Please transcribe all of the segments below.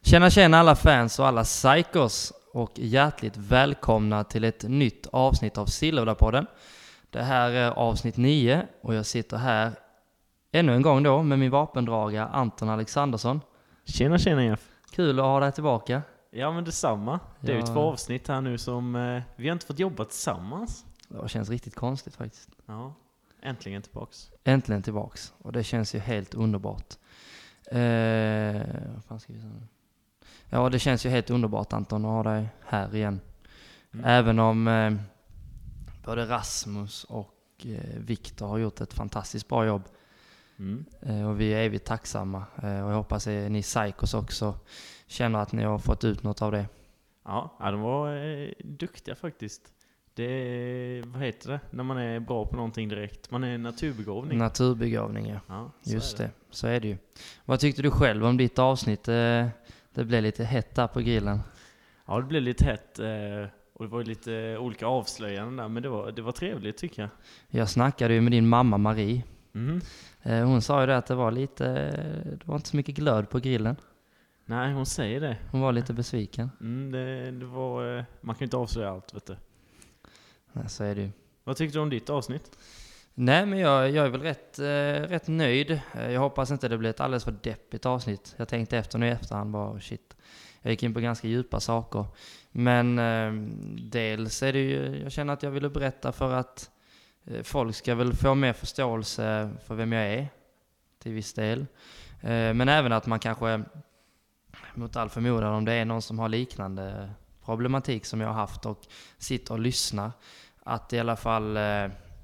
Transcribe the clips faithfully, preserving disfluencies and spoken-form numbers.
Tjena tjena alla fans och alla psychos och hjärtligt välkomna till ett nytt avsnitt av Silverpodden. Det här är avsnitt nio och jag sitter här ännu en gång då med min vapendragare Anton Alexandersson. Tjena tjena Jeff. Kul att ha dig tillbaka. Ja men detsamma. Det är Ja. ju två avsnitt här nu som eh, vi har inte fått jobba tillsammans. Det känns riktigt konstigt faktiskt. Ja, äntligen tillbaks. Äntligen tillbaks och det känns ju helt underbart. Eh, vad fan ska vi säga? Ja, det känns ju helt underbart Anton att ha dig här igen. Mm. Även om eh, både Rasmus och eh, Viktor har gjort ett fantastiskt bra jobb. Mm. Eh, och vi är evigt tacksamma. Eh, och jag hoppas att ni psychos också känner att ni har fått ut något av det. Ja, ja de var eh, duktiga faktiskt. Det är, vad heter det? När man är bra på någonting direkt. Man är naturbegåvning. Naturbegåvning, ja. Ja, just det. det. Så är det ju. Vad tyckte du själv om ditt avsnitt? Eh, det blev lite hett där på grillen. Ja, det blev lite hett. Eh, och det var lite olika avslöjanden där. Men det var, det var trevligt tycker jag. Jag snackade ju med din mamma Marie. Mm. Eh, hon sa ju det att det var lite... Det var inte så mycket glöd på grillen. Nej, hon säger det. Hon var lite besviken. Mm, det, det var... Man kan ju inte avslöja allt, vet du. Nej, så är det ju. Vad tyckte du om ditt avsnitt? Nej, men jag, jag är väl rätt, eh, rätt nöjd. Jag hoppas inte det blir ett alldeles för deppigt avsnitt. Jag tänkte efter nu i efterhand bara, shit. Jag gick in på ganska djupa saker. Men eh, dels är det ju, jag känner att jag ville berätta för att eh, folk ska väl få mer förståelse för vem jag är. Till viss del. Eh, men även att man kanske, mot all förmodan, om det är någon som har liknande problematik som jag har haft och sitter och lyssnar. Att i alla fall... Eh,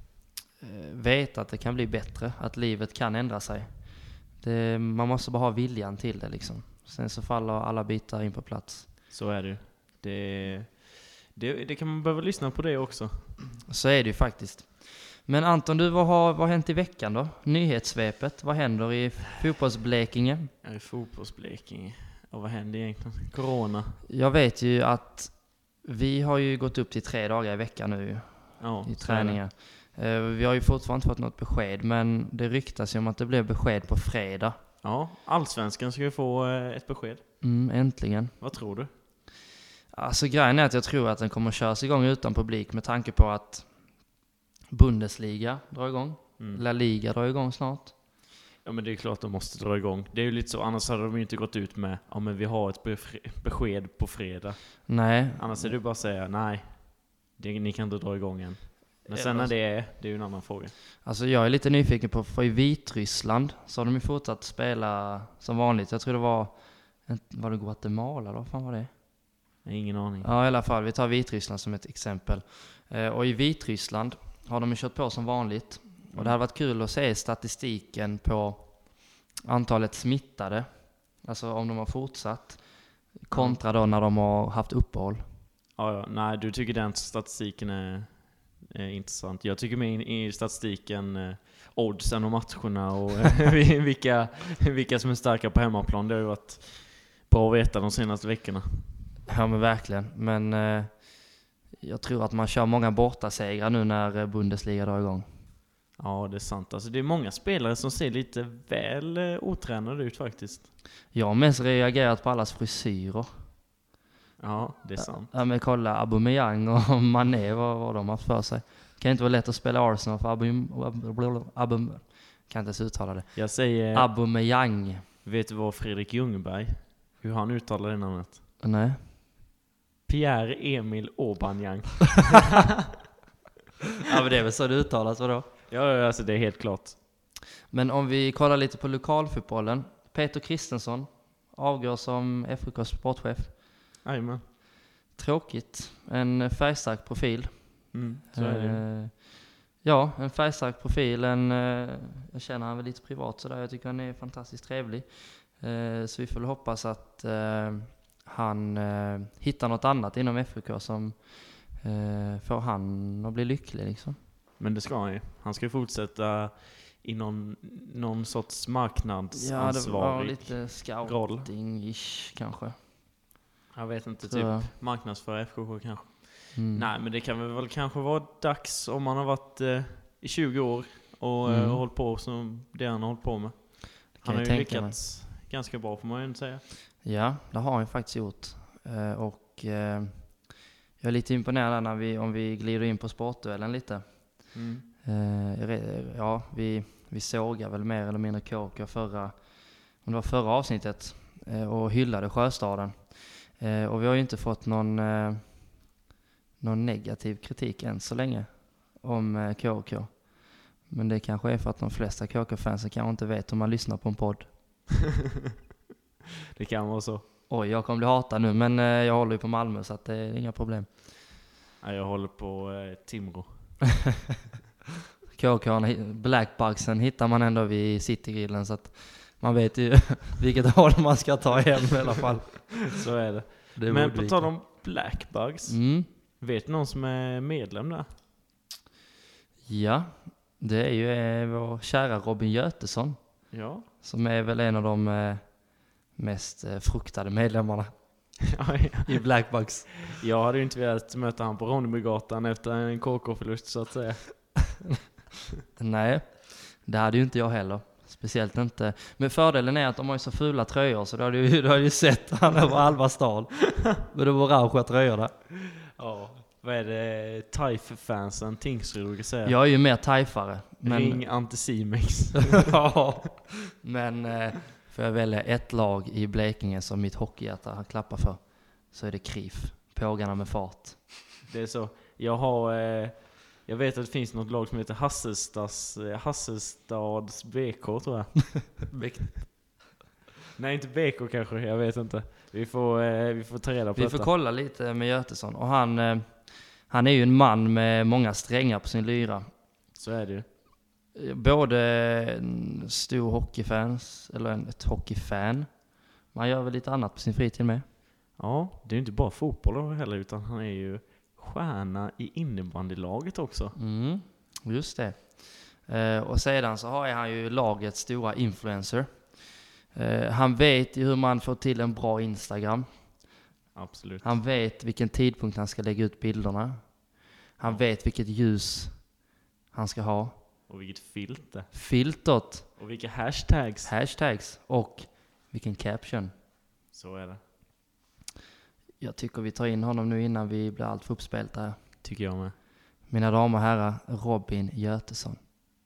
vet att det kan bli bättre, att livet kan ändra sig. Det, man måste bara ha viljan till det liksom. Sen så faller alla bitar in på plats. Så är det. Det, det, det kan man behöva lyssna på det också. Så är det ju faktiskt. Men Anton, du, vad har, vad har hänt i veckan då? Nyhetssvepet, vad händer i fotbollsblekinge? Ja, i fotbollsblekinge. Och vad händer egentligen? Corona. Jag vet ju att vi har ju gått upp till tre dagar i veckan nu ja, i träningar. Vi har ju fortfarande inte fått något besked, men det ryktas ju om att det blev besked på fredag. Ja, Allsvenskan ska ju få ett besked. Mm, äntligen. Vad tror du? Alltså grejen är att jag tror att den kommer att köras igång utan publik med tanke på att Bundesliga drar igång. Mm. La Liga drar igång snart. Ja, men det är klart att de måste dra igång. Det är ju lite så, annars hade de ju inte gått ut med ja, men vi har ett besked på fredag. Nej. Annars är det bara att säga nej, det, ni kan inte dra igång än. Men sen när det är, det är ju en annan fråga. Alltså jag är lite nyfiken på, för i Vitryssland så har de ju fortsatt spela som vanligt. Jag tror det var, var det Guatemala då? Vad fan var det? Jag har ingen aning. Ja, i alla fall. Vi tar Vitryssland som ett exempel. Eh, och i Vitryssland har de ju kört på som vanligt. Och det hade varit kul att se statistiken på antalet smittade. Alltså om de har fortsatt. Kontra då när de har haft uppehåll. Ja, ja. Nej, du tycker den statistiken är... Eh, intressant. Jag tycker med i statistiken eh, oddsen och matcherna och eh, vilka, vilka som är starka på hemmaplan. Det har ju varit bra att veta de senaste veckorna. Ja men verkligen. Men eh, jag tror att man kör många bortasegrar nu när Bundesliga drar igång. Ja, det är sant. Alltså, det är många spelare som ser lite väl eh, otränade ut faktiskt. Jag har mest reagerat på allas frisyrer. Ja, det är sant. Ja, men kolla Aubameyang och Mané, vad, vad de har haft för sig. Det kan inte vara lätt att spela Arsenal för Aubameyang. Abum, kan inte ens uttala det. Jag säger... Aubameyang. Vet du vad Fredrik Ljungberg, hur han uttalar det namnet? Nej. Pierre Emil Aubameyang. Ja, men det är väl så det uttalas, vadå? Ja, alltså det är helt klart. Men om vi kollar lite på lokalfotbollen. Peter Kristensson avgår som F K sportchef. Jajamän. Tråkigt. En färgstark profil. Mm, så är det. Eh, ja, en färgstark profil. En, eh, jag känner han väl lite privat så där. Jag tycker han är fantastiskt trevlig. Eh, så vi får hoppas att eh, han eh, hittar något annat inom F K som eh, får han att bli lycklig liksom. Men det ska han ju. Han ska ju fortsätta i någon, någon sorts marknadsansvarig Ja, det var lite scouting-ish kanske. Jag vet inte, så. Typ marknadsföra F K K kanske. Mm. Nej, men det kan väl kanske vara dags om man har varit eh, i tjugo år och, mm. och hållit på som det han har hållit på med. Han har ju lyckats mig. ganska bra får man ju inte säga. Ja, det har han faktiskt gjort. Eh, och eh, jag är lite imponerad när vi, om vi glider in på sportduellen lite. Mm. Eh, ja, vi, vi sågar väl mer eller mindre K K förra, om det var förra avsnittet eh, och hyllade Sjöstaden. Eh, och vi har ju inte fått någon, eh, någon negativ kritik än så länge om eh, K K. Men det kanske är för att de flesta K K-fansen kanske inte vet om man lyssnar på en podd. Det kan vara så. Oj, jag kommer bli hatad nu, men eh, jag håller ju på Malmö så att det är inga problem. Ja, jag håller på eh, Timrå. K K, Blackbugsen hittar man ändå vid Citygrillen så att man vet ju vilket håll man ska ta hem i alla fall. Så är det. Det Men på lika. tal om Blackbugs, Mm. vet du någon som är medlem där? Ja, det är ju eh, vår kära Robin Götesson Ja. som är väl en av de eh, mest eh, fruktade medlemmarna Ja, ja. i Blackbugs. Jag hade ju inte velat möta han på Ronnebygatan efter en K K-förlust så att säga. Nej, det hade ju inte jag heller. Speciellt inte. Men fördelen är att de har ju så fula tröjor så du hade ju, du hade ju sett han över halva stan. Men det var orangea tröjor där. Ja. Vad är det Taif-fansen Tingsryd brukar säga? Jag är ju mer tajfare. Men... Ring Anticimex. Ja, men eh, får jag välja ett lag i Blekinge som mitt hockeyhjärta klappar för så är det KRIF. Pågarna med fart. Det är så. Jag har... Eh, jag vet att det finns något lag som heter Hasselstads, eh, Hasselstads B K tror jag. Nej, inte B K kanske. Jag vet inte. Vi får, eh, vi får ta reda på Vi detta. får kolla lite med Götesson. Och han, eh, han är ju en man med många strängar på sin lyra. Så är det ju. Både en stor hockeyfans, eller en, ett hockeyfan. Man gör väl lite annat på sin fritid med. Ja, det är ju inte bara fotboll då heller, utan han är ju stjärna i innebandylaget också. Mm, just det. Eh, och sedan så har han ju lagets stora influencer. Eh, han vet ju hur man får till en bra Instagram. Absolut. Han vet vilken tidpunkt han ska lägga ut bilderna. Han Ja. vet vilket ljus han ska ha. Och vilket filter. Filtret, Och vilka hashtags. hashtags och vilken caption. Så är det. Jag tycker vi tar in honom nu innan vi blir allt för uppspelta här. Tycker jag med. Mina damer och herrar, Robin Götesson.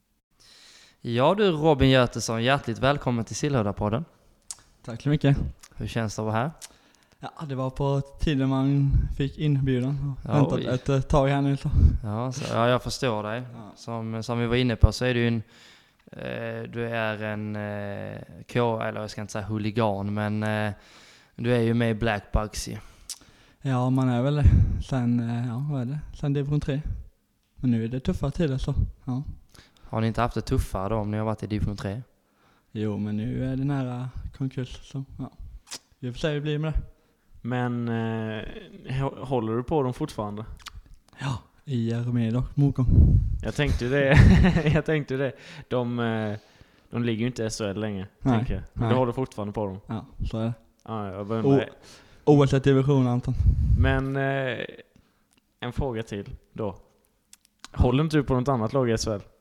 Ja du Robin Götesson, hjärtligt välkommen till Sillhöjdapodden. Tack så mycket. Hur känns det att vara här? Ja, det var på tiden man fick inbjudan. Ja, Väntat oj. ett eh, tag här nu så. Ja, så, ja jag förstår dig. Ja. Som, som vi var inne på så är du en, eh, du är en eh, K, eller jag ska inte säga huligan, men eh, du är ju med i Blackbugs ju. Ja, man är väl det. Sen, eh, ja vad är det? Sen division tre. Men nu är det tuffa tider så. Ja. Har ni inte haft det tuffare då om ni har varit i division tre? Jo, men nu är det nära konkurs så. Ja. Vi får se hur det blir med det. Men eh, hå- håller du på dem fortfarande? Ja, i Rumänien dock, motgång. Jag tänkte ju det. jag tänkte ju det. De, eh, de ligger ju inte i S H L längre, Nej, tänker jag. Men nej. du håller fortfarande på dem. Ja, så är det. Ja, jag beundrar. O- Oavsett division, Anton. Men eh, en fråga till då. Håller inte du på något annat lag i S H L?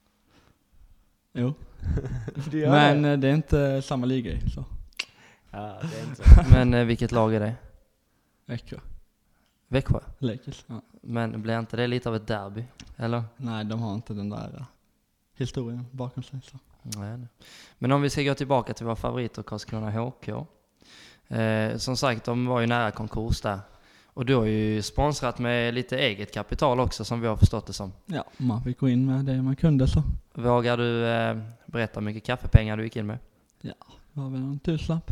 Jo, Det gör men det. eh, det är inte samma liga i, så. Ja, det är inte. Men eh, vilket lag är det? Växjö. Växjö? Lakers. Ja. Men blir inte det lite av ett derby? Eller? Nej, de har inte den där uh, historien bakom sig. Så. Nej, nej. Men om vi ska gå tillbaka till våra favoriter Karlskrona H K. Eh, som sagt, de var ju nära konkurs där. Och du har ju sponsrat med lite eget kapital också som vi har förstått det som. Ja, man fick gå in med det man kunde så. Vågar du eh, berätta hur mycket kaffepengar du gick in med? Det var väl en tusenlapp.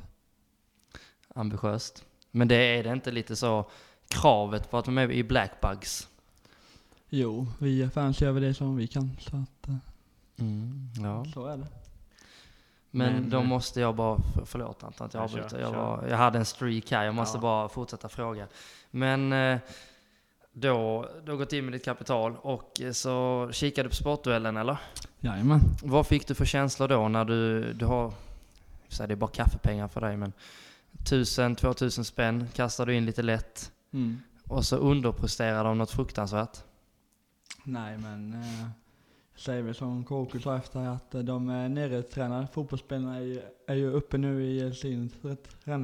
Ambitiöst. Men det är det inte lite så kravet på att vara med i Blackbugs? Jo, vi fans gör väl det som vi kan. Så att, uh, Mm, ja. så är det. Men, Men, då eh, måste jag bara, för, förlåt Anton att jag Ja, kör, avbryter. Jag, kör. var, jag hade en streak här, jag måste Ja. bara fortsätta fråga. Men eh, då, du har gått in med ditt kapital och eh, så kikade du på sportduellen eller? Jajamän. Vad fick du för känslor då när du, du har, så det är bara kaffepengar för dig, men tusen, två tusen spänn kastar du in lite lätt Mm. och så underpresterar de något fruktansvärt. Nej, men uh, jag säger väl som K K sa efter att uh, de är nere tränare. Fotbollsspelarna är, ju- är ju uppe nu i sin träning.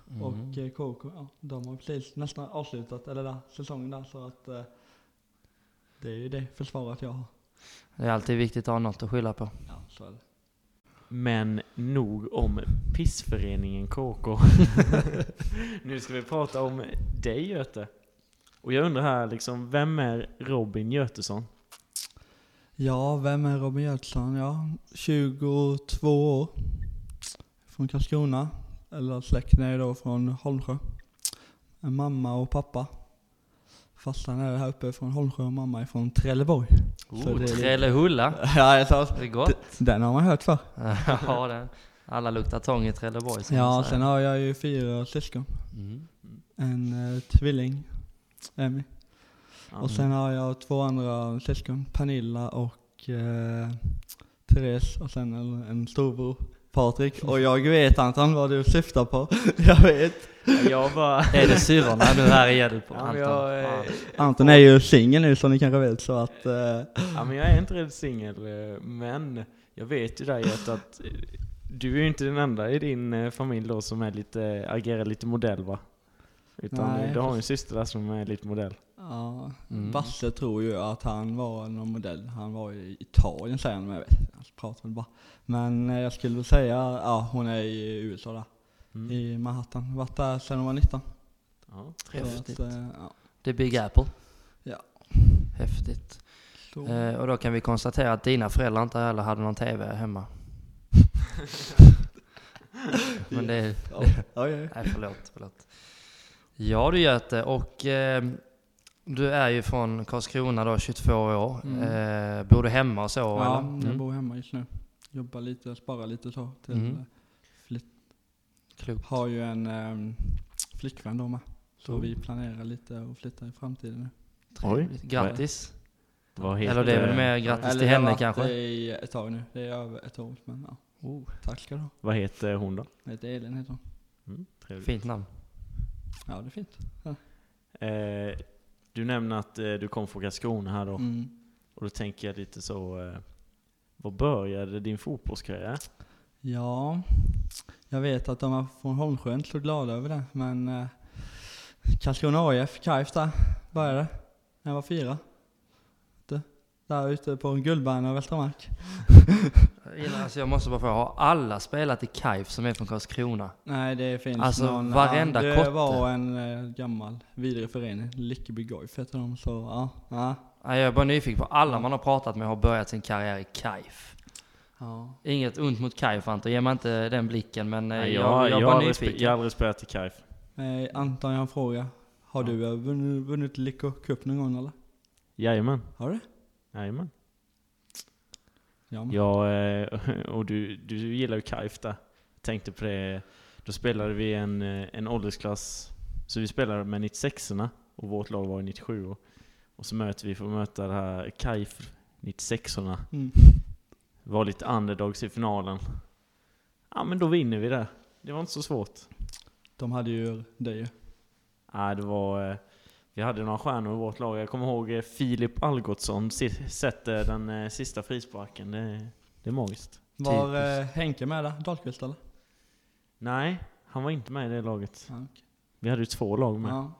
Mm. Och eh, K K, ja, de har precis nästan avslutat, eller där, säsongen där, så att eh, det är ju det försvaret jag har. Det är alltid viktigt att ha något att skylla på. Ja, så är det. Men nog om pissföreningen K K. Nu ska vi prata om dig, Göte. Och jag undrar här, liksom, vem är Robin Götesson? Ja, vem är Robin Götesson? Ja, tjugotvå år. Från Karlskrona. Eller släkten är då från Holmsjö. En mamma och pappa. Farsan är här uppe från Holmsjö och mamma är från Trelleborg. Oh, Trellehulla. Ja, jag sa, Det är gott. den har man hört för. Ja, det. Alla luktar tång i Trelleborg. som Ja, man säger. sen har jag ju fyra syskon. Mm. En eh, tvilling, Emmy. Ja, Och sen har jag två andra syskon, Pernilla och eh, Therese. Och sen en, en storbror, Patrik. Och jag vet Anton vad du syftar på. Jag vet. jag bara... Är det syrorna nu här är du på Ja, Anton? men jag, Ja. eh, Anton är ju singel nu som ni kanske vet, så att... Eh, ja, men jag är inte rädd singel, eh, men jag vet ju där Göte, att eh, du är ju inte den enda i din eh, familj då som är lite, agerar lite modell, va? Utan Nej, du har ju en syster där som är lite modell. ja, Mm. Basse tror ju att han var någon modell. Han var i Italien säger han, men jag vet inte. Han pratar väl bara. Men eh, jag skulle väl säga, ja, hon är i U S A där. Mm. I Manhattan. Varit där sedan hon var nitton. Ja, Så Häftigt. att, eh, ja. Det är Big Apple. Ja. Häftigt. Så. Eh, och då kan vi konstatera att dina föräldrar inte heller hade någon tv hemma. Men det är... Ja, ja, ja. Nej, förlåt, förlåt. Ja du Göte, och eh, du är ju från Karlskrona då, tjugotvå år. Mm. Eh, bor du hemma och så? Ja, eller? jag Mm. bor hemma just nu. Jobbar lite, sparar lite så. Till Mm. eh, flytt. Klokt. Har ju en um, flickvän då med. Så Mm. vi planerar lite att flytta i framtiden nu. Trevligt. Grattis. Vad heter, Eller det är väl mer grattis Eller till det har henne varit kanske? i ett tag nu. Det är över ett år. Men ja, Oh, tack ska du ha. Vad heter hon då? Det heter Elin heter hon. Mm, trevligt. fint namn. Ja, det är fint. Eh, du nämner att eh, du kom från Karlskrona här då. Mm. Och då tänker jag lite så, eh, vad började din fotbollskarriär? Ja, jag vet att de är från Holmsjö, inte så glada över det. Men eh, Karlskrona A I F, Kajf där, började när jag var fyra. Det, där ute på Guldbergen och Västermark. Innan, alltså jag måste bara fråga, har alla spelat i Kajf som är från Karlskrona? Nej, det finns Alltså, någon... varenda ja, kotte. Det var en eh, gammal vidare förening, Lyckeby Goif heter de, så ja. ja. Nej, jag är bara nyfiken på alla man har pratat med har börjat sin karriär i Kajf. ja. Inget ont mot Kajf, Anton, ge mig inte den blicken, men eh, Nej, jag, jag, jag, jag, är har bara aldrig spe, nyfiken. jag har aldrig spelat i Kajf. Eh, Anton, jag har en fråga. Har Ja. du eh, vunnit, vunnit Lycko Cup någon gång eller? Jajamän. Har du? Jajamän. Ja, men. Ja, eh, och du, du gillar ju Kajf där. Tänkte på det. Då spelade vi en, eh, en åldersklass. Så vi spelade med nittiosexorna. Och vårt lag var nittiosju. Och, och så möter vi för att möta det här Kajf nittiosexorna. Mm. Var lite underdogs i finalen. Ja, men då vinner vi det. Det var inte så svårt. De hade ju det ju. Nej, det var... eh, Vi hade några stjärnor i vårt lag. Jag kommer ihåg eh, Filip Algotsson si- sätter den eh, sista frisparken. Det, det är magiskt. Var Typiskt. eh, Henke med där? Dahlqvist eller? Nej, han var inte med i det laget. Ja, okej. Vi hade ju två lag med. Ja.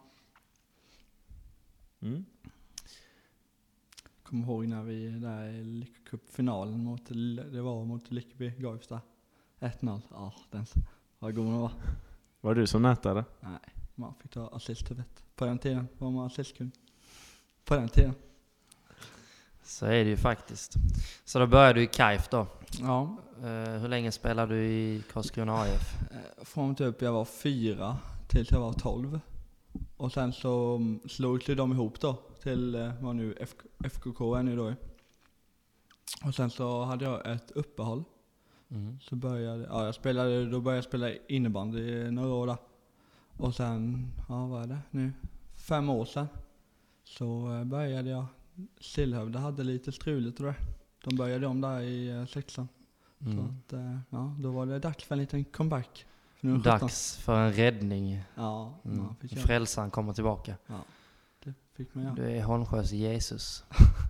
Mm. Kommer ihåg när vi där i Lycko Cup-finalen mot, det var mot Lyckeby Goif där. ett noll. Ja, den var god den var. Var du som nätade? Nej, man fick ta assist till vet. På den tiden var man assistkung. På den tiden. Så är det ju faktiskt. Så då började du i Kajf då. Ja. Eh, hur länge spelade du i Karlskrona A I F? Eh, Från typ jag var fyra tills jag var tolv. Och sen så mm, slogs ju de ihop då till eh, vad nu F- F K K är nu då. Och sen så hade jag ett uppehåll. Mm. Så började, ja jag spelade, då började jag spela innebandy i några år där. Och sen, ja vad är det nu? Fem år sedan. Så eh, började jag, Stillhövda hade lite struligt tror jag. De började om där i eh, sexan. Så Mm. att, eh, ja då var det dags för en liten comeback. För nu är det sjutton. Dags för en räddning. Ja, Mm. man fick göra. Frälsaren kommer tillbaka. Det fick man göra. Du är Holmsjös Jesus.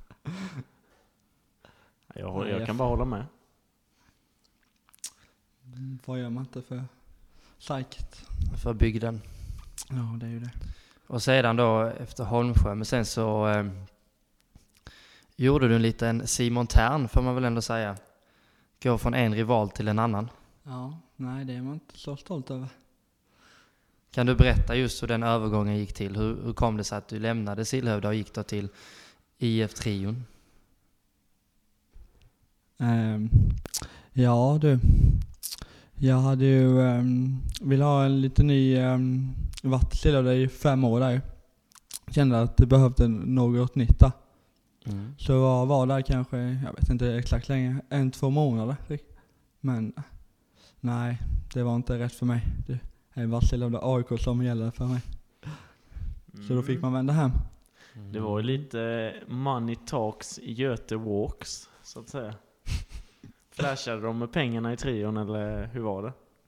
Jag, håller- Nej, jag kan bara hålla med. Mm, vad gör man inte för Säkert. för bygden. Ja, det är ju det. Och sedan då efter Holmsjö, men sen så eh, gjorde du en liten Simon Tern, får man väl ändå säga. Gå från en rival till en annan. Ja, nej det är man inte så stolt över. Kan du berätta just hur den övergången gick till? Hur, hur kom det sig att du lämnade Sillhövda och gick då till I F-trion? Um, ja du, jag hade ju um, vill ha en liten ny, um, varit Sillhövda i fem år där. Kände att det behövde något nytt där. Mm. Så jag var där kanske, jag vet inte exakt länge, en, två månader. Men nej, det var inte rätt för mig. Det är bara Sillhövda A I K som gäller för mig. Mm. Så då fick man vända hem. Mm. Det var ju lite money talks, Göte walks, så att säga. Flashade de med pengarna i trion, eller hur var det?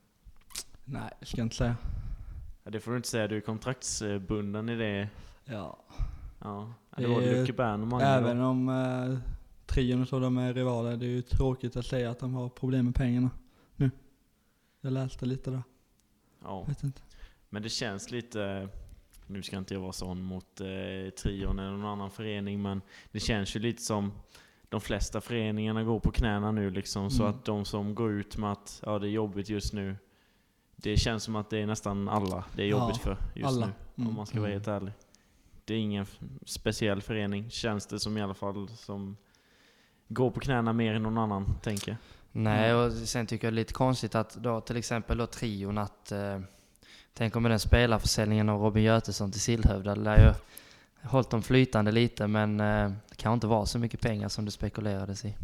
Nej, jag ska inte säga. Ja, det får du inte säga, du är kontraktsbunden i det. Ja. Ja, det Det var är- Lucke Bern och Mange Även då. om eh, trion och så de är rivaler, det är ju tråkigt att säga att de har problem med pengarna nu. Jag läste lite där, Ja. vet inte. Men det känns lite, nu ska inte jag vara sån mot eh, trion eller någon annan förening, men det känns ju lite som de flesta föreningarna går på knäna nu liksom, så Mm. att de som går ut med att ja, det är jobbigt just nu, det känns som att det är nästan alla det är jobbigt Ja, för just alla. nu, Mm. om man ska vara Mm. helt ärlig. Det är ingen f- speciell förening, känns det som i alla fall, som går på knäna mer än någon annan, tänker jag. Nej, och sen tycker jag det är lite konstigt att då till exempel då trion att eh, tänk om med den spelarförsäljningen av Robin Götesson till Sillhövda, det lär ju hållit dem flytande lite, men eh, det kan inte vara så mycket pengar som det spekulerades i.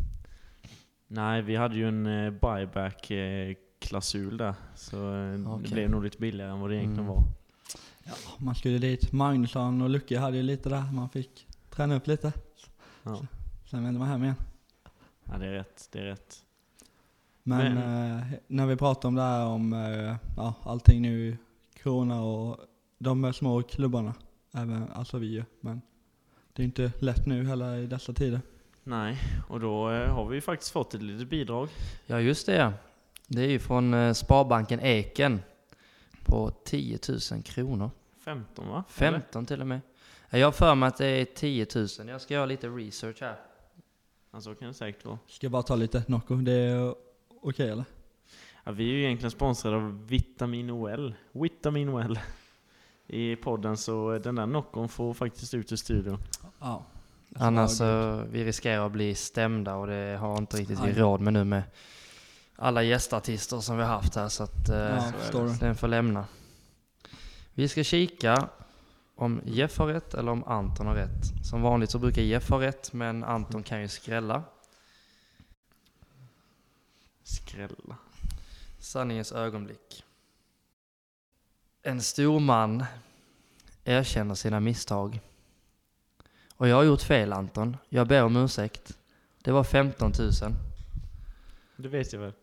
Nej, vi hade ju en eh, buyback-klausul där, så eh, Okej. det blev nog lite billigare än vad det egentligen Mm. var. Ja, man skulle dit. Magnusson och Lucke hade ju lite där, man fick träna upp lite. Ja. Sen vände man hem igen. Ja, det är rätt, det är rätt. Men, Men- eh, när vi pratar om det här om eh, ja, allting nu i corona och de små klubbarna, även, alltså vi ju, men det är inte lätt nu heller i dessa tider. Nej, och då eh, har vi ju faktiskt fått ett litet bidrag. Ja, just det. Det är ju från eh, Sparbanken Eken på tio tusen kronor. femton va? femton till och med. Jag har för mig att det är tio tusen. Jag ska göra lite research här. Alltså kan det säkert vara. Ska jag bara ta lite Nocco, det är okej eller? Ja, vi är ju egentligen sponsrade av Vitamin O L. Vitamin O L. I podden, så den där Noccon får faktiskt ut i studion. Ja. Annars så vi riskerar att bli stämda och det har inte riktigt vi Nej. råd med nu med alla gästartister som vi har haft här, så att eh, Ja, så är förstår det. du. den får lämna. Vi ska kika om Jeff har rätt eller om Anton har rätt. Som vanligt så brukar Jeff ha rätt, men Anton kan ju skrälla. Skrälla. Sanningens ögonblick. En stor man erkänner sina misstag. Och jag har gjort fel, Anton. Jag ber om ursäkt. Det var femton tusen. Det vet jag väl.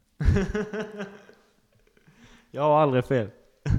Jag har aldrig fel.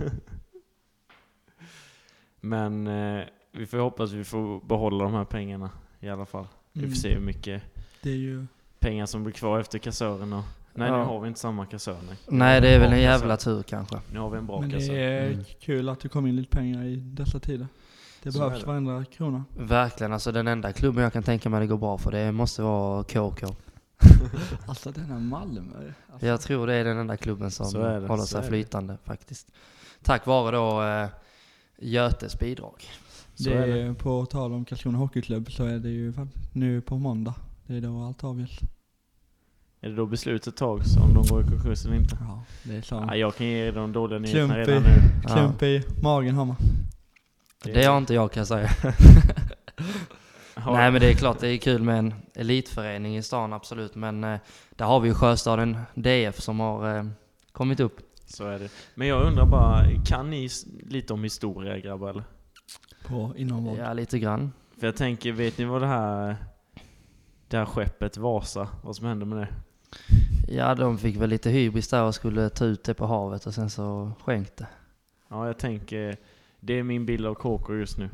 Men eh, vi får hoppas att vi får behålla de här pengarna i alla fall. Vi Mm. får se hur mycket Det är ju, pengar som blir kvar efter kassören. Och... Nej, Ja. nu har vi inte samma kassör. Nej, Nej, det är väl en Bra jävla kassör. tur kanske. Nu har vi en bra men kassör. det är Mm. kul att det kommer in lite pengar i dessa tider. Det Så behövs är det. varenda krona. Verkligen, alltså den enda klubben jag kan tänka mig det går bra för, det måste vara K K. Alltså den här Malmö. Alltså, Jag tror det är den enda klubben som Så är det, håller så sig är det. flytande faktiskt. Tack vare då eh, Götes bidrag. Så det är är det. på tal om Karlskrona Hockeyklubb så är det ju faktiskt nu på måndag. Det är då allt avgörs. Är det då beslutet tags om de går i konkurs eller inte? Ja, det är så. Ja, jag kan ge de dåliga nyheterna Klump i- redan nu. Ja. Klump i magen har man. Det har inte jag, kan jag säga. Ja. Nej, men det är klart det är kul med en elitförening i stan, absolut. Men eh, där har vi ju Sjöstaden D F som har eh, kommit upp. Så är det. Men jag undrar bara, kan ni s- lite om historia, grabbar, eller? På inomvåld. Ja, lite grann. För jag tänker, vet ni vad det här det här skeppet Vasa, vad som hände med det? Ja, de fick väl lite hybris där och skulle ta ut det på havet och sen så skänkt det. Ja, jag tänker, det är min bild av K K just nu.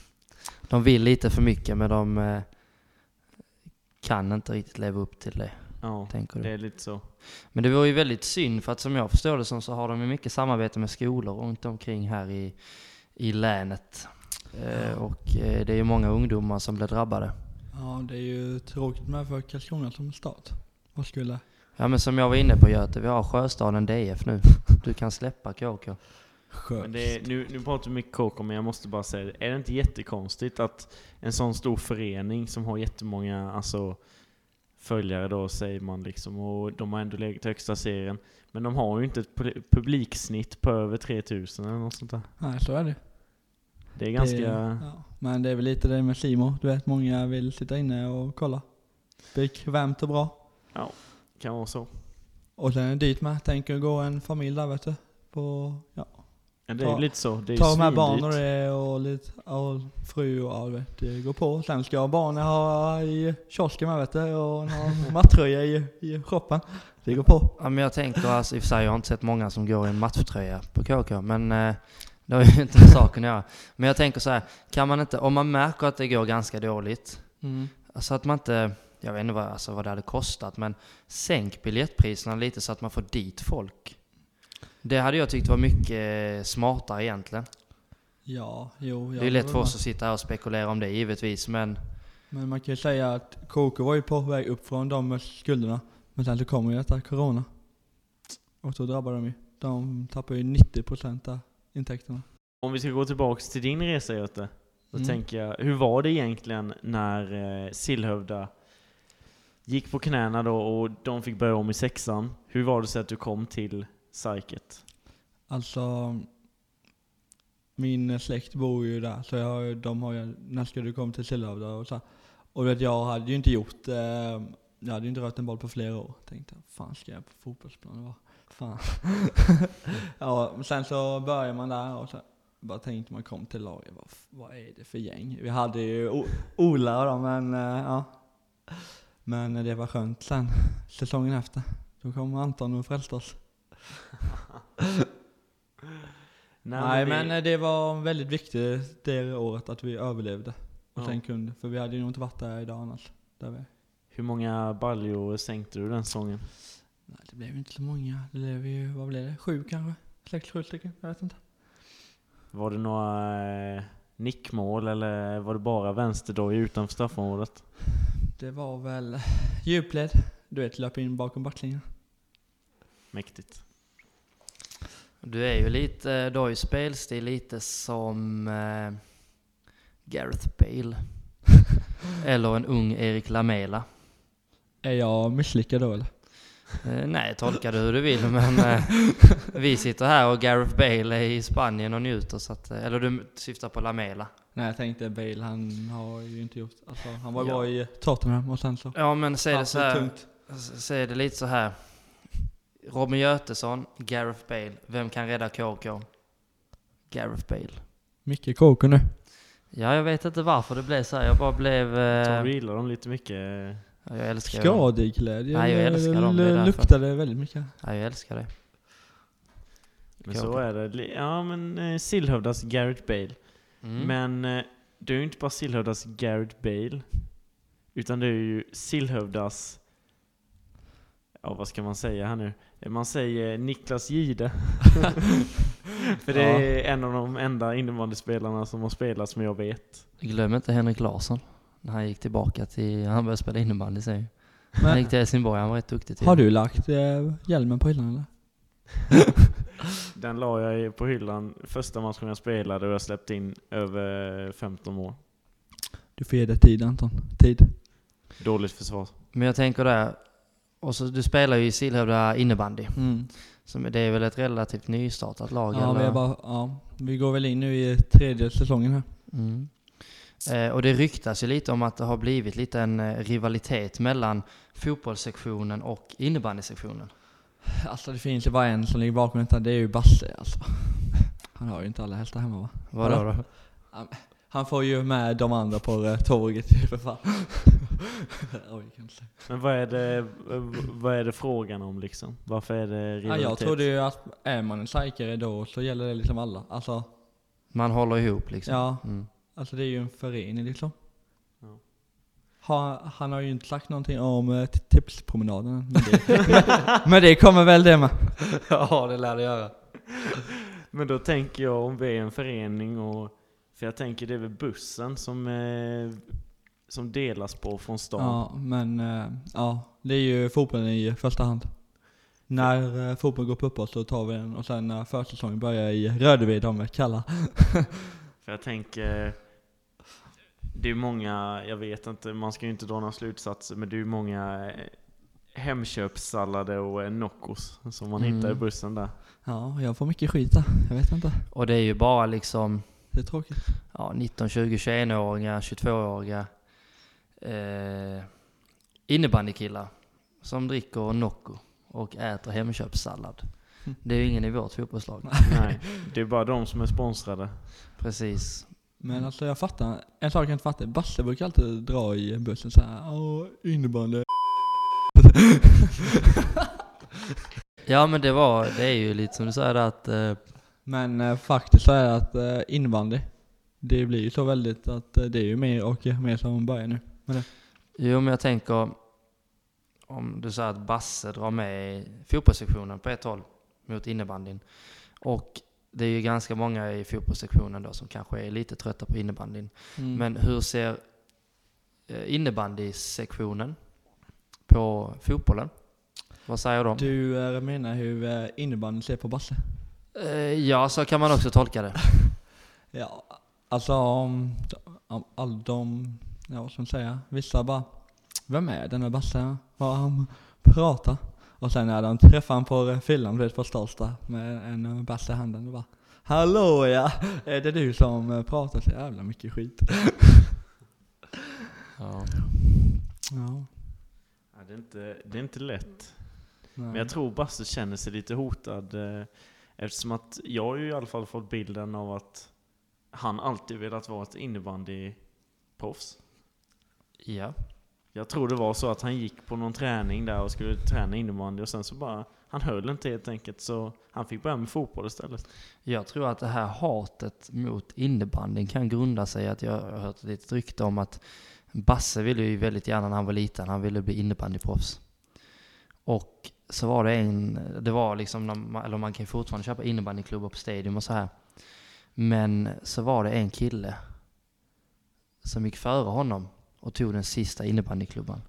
De vill lite för mycket, men de eh, kan inte riktigt leva upp till det. Ja, tänker du. det är lite så. Men det var ju väldigt synd, för att som jag förstår det som så har de ju mycket samarbete med skolor runt omkring här i, i länet. Eh, och eh, det är ju många ungdomar som blir drabbade. Ja, det är ju tråkigt med för Karlskrona som stad. Vad skulle... Ja, men som jag var inne på, Göte, vi har Sjöstaden D F nu. Du kan släppa K K. Men det är, nu, nu pratar vi mycket K K, men jag måste bara säga, är det inte jättekonstigt att en sån stor förening som har jättemånga alltså, följare då, säger man liksom, och de har ändå legat i högsta serien, men de har ju inte ett publiksnitt på över tre tusen eller något sånt där. Nej, så är det. Det är ganska... Det, ja. Men det är väl lite det med Simo. Du vet, många vill sitta inne och kolla. Bekvämt och bra. Ja, kan vara så. Och sen är det dit med. Tänker gå en familj där, vet du. På, ja. Ja, det är ta, lite så. Det är ta med barn och det och lite och fru och ja, vet du, gå på. Sen ska barnen ha i kiosken med, vet du, och en mattröja i, i shoppen. Det går på. Ja, men jag tänker, alltså, i och för sig, jag har inte sett många som går i en matchtröja på K K, men eh, det har ju inte med saken att göra. Men jag tänker så här, kan man inte, om man märker att det går ganska dåligt, Mm. alltså att man inte, jag vet inte vad, alltså vad det hade kostat, men sänk biljettpriserna lite så att man får dit folk. Det hade jag tyckt var mycket smartare egentligen. Ja, jo. Det är lätt för oss att sitta här och spekulera om det givetvis, men... Men man kan ju säga att K K var ju på väg upp från de skulderna. Men sen så kommer ju detta corona. Och så drabbar de ju. De tappar ju nittio procent av intäkterna. Om vi ska gå tillbaka till din resa, Göte, då Mm. tänker jag, hur var det egentligen när eh, Sillhövda gick på knäna då och de fick börja om i sexan? Hur var det så att du kom till Sarket? Alltså, min släkt bor ju där. Så jag, de har ju, när ska du komma till Sillhövda och så. Och vet, jag hade ju inte gjort, eh, jag hade ju inte rört en boll på flera år. Tänkte, fan ska jag på fotbollsplanen vara? Fan. Ja, men sen så börjar man där och så bara tänkte man kom till laget, vad, vad är det för gäng? Vi hade ju o- Ola då, men eh, ja. Men det var skönt sen, säsongen efter. Då kom Anton och frälste oss. Nej, Nej, men, men det, eh, det var väldigt viktigt det året att vi överlevde. Och Ja. sen kunde, för vi hade ju nog inte varit där idag annars. Där vi. hur många baljor sänkte du den säsongen? Nej, det blev ju inte så många. Det blev ju, vad blev det? Sju kanske? Sex, sju stycken? Jag vet inte. Var det några eh, nickmål eller var det bara vänsterdoj utanför straffområdet? Det var väl djupled. Du vet, löp in bakom backlinjen. Mäktigt. Du är ju lite, du har ju spelstil lite som eh, Gareth Bale. Eller en ung Erik Lamela. Är jag misslyckad då eller? Eh, nej, tolka det hur du vill, men eh, vi sitter här och Gareth Bale är i Spanien och njuter, så att, eller du syftar på Lamela. Nej, jag tänkte Bale, han har ju inte gjort, alltså han var Ja. bra i Tottenham och sen så. Ja, men säg det haft så här, tungt. säg det lite så här. Robin Götesson, Gareth Bale, vem kan rädda K K? Gareth Bale. Mycket kåkor nu. Ja, jag vet inte varför det blev så här. Jag bara blev... Jag tror Eh, du gillar dem lite mycket. ja, jag älskar dem. Skadeglädje. Nej, jag älskar dem, det är Det därför. luktade väldigt mycket. Ja, jag älskar det. Men K K. så är det. Ja, men eh, Sillhövdas Gareth Bale. Mm. Men eh, det är ju inte bara Sillhövdas Gareth Bale, utan det är ju Sillhövdas, ja vad ska man säga här nu? Man säger Niklas Gide. För det är en av de enda innebandyspelarna som har spelat som jag vet. Glöm inte Henrik Larsson. När han gick tillbaka till... Han började spela innebandy, säger Han Men, gick till Helsingborg, han var rätt duktig till. har du lagt eh, hjälmen på hyllan eller? Den la jag i- på hyllan första matchen jag spelade och jag släppte in över femton mål. Du får ge det tid, Anton. Tid. Dåligt försvar. Men jag tänker där... Och så, du spelar ju i Sillhövda innebandy. Mm. Så det är väl ett relativt nystartat lag? Ja, eller? vi, är bara, ja, vi går väl in nu i tredje säsongen här. Mm. Eh, och det ryktas ju lite om att det har blivit lite en eh, rivalitet mellan fotbollssektionen och innebandysektionen. Alltså det finns ju bara en som ligger bakom detta, det är ju Basse alltså. Han har ju inte alla hästar hemma va? Vadå då? Han får ju med de andra på uh, tåget ju för fan. Oj, kanske. Men vad är det, vad är det frågan om liksom? Varför är det Ja, rivalitet? jag trodde ju att är man en psykare då så gäller det liksom alla. Alltså, Man håller ihop liksom. ja, Mm. alltså det är ju en förening liksom. Ja. ha, han har ju inte sagt någonting om uh, tipspromenaden. Men det, men det kommer väl det med. Ja, det lär det göra. Men då tänker jag om vi är en förening och... För jag tänker det är väl bussen som, eh, som delas på från stan. Ja, men uh, ja, det är ju fotbollen i första hand. När uh, fotbollen går på uppåt så tar vi den. Och sen när försäsongen börjar i Rödeved, de är kalla. För jag tänker... Det är många, jag vet inte, man ska ju inte dra några slutsatser, men det är ju många hemköpssallader och Noccos som man mm. hittar i bussen där. Ja, jag får mycket skit där, jag vet inte. Och det är ju bara liksom... Det är tråkigt. Ja, nitton, tjugo, tjugoett-åringar, tjugotvå-åriga eh, innebandykillar som dricker Nocco och äter hemköpssallad. Mm. Det är ju ingen i vårt fotbollslag. Nej, det är bara de som är sponsrade. Precis. Men alltså jag fattar, en sak jag inte fattar, Basse brukar alltid dra i bussen så här, åh, innebandy. Ja, men det var, det är ju lite som du säger att... Eh, men eh, faktiskt så är det att eh, innebandy, det blir ju så väldigt att eh, det är ju mer och mer som börjar nu med det. Jo, men jag tänker, om du säger att Basse drar med fotbollssektionen på ett håll mot innebandyn, och det är ju ganska många i fotbollssektionen då som kanske är lite trötta på innebandyn. Mm. Men hur ser innebandysektionen på fotbollen? Vad säger de? Du äh, menar hur äh, innebandyn ser på Basse? Uh, ja, så kan man också tolka det. Ja, alltså om, om all de, ja vad ska man säga, vissa bara, vem är den här Basse? Vad han pratar? Och sen när de träffar han på fyllan, du vet, på Stolsta med en Basse i handen och bara, hallå ja, är det du som pratar så jävla mycket skit? Ja. Ja. Ja, det är inte, det är inte lätt. Nej. Men jag tror Basse känner sig lite hotad eh, eftersom att jag har ju i alla fall fått bilden av att han alltid velat vara ett innebandyproffs. Ja. Jag tror det var så att han gick på någon träning där och skulle träna innebandy och sen så bara, han höll inte helt enkelt, så han fick börja med fotboll istället. Jag tror att det här hatet mot innebandyn kan grunda sig att jag har hört lite rykte om att Basse ville ju väldigt gärna när han var liten, han ville bli innebandyproffs. Och så var det en, det var liksom, eller man kan ju fortfarande köpa innebandyklubbar på Stadium och så här. Men så var det en kille som gick före honom och tog den sista innebandyklubban.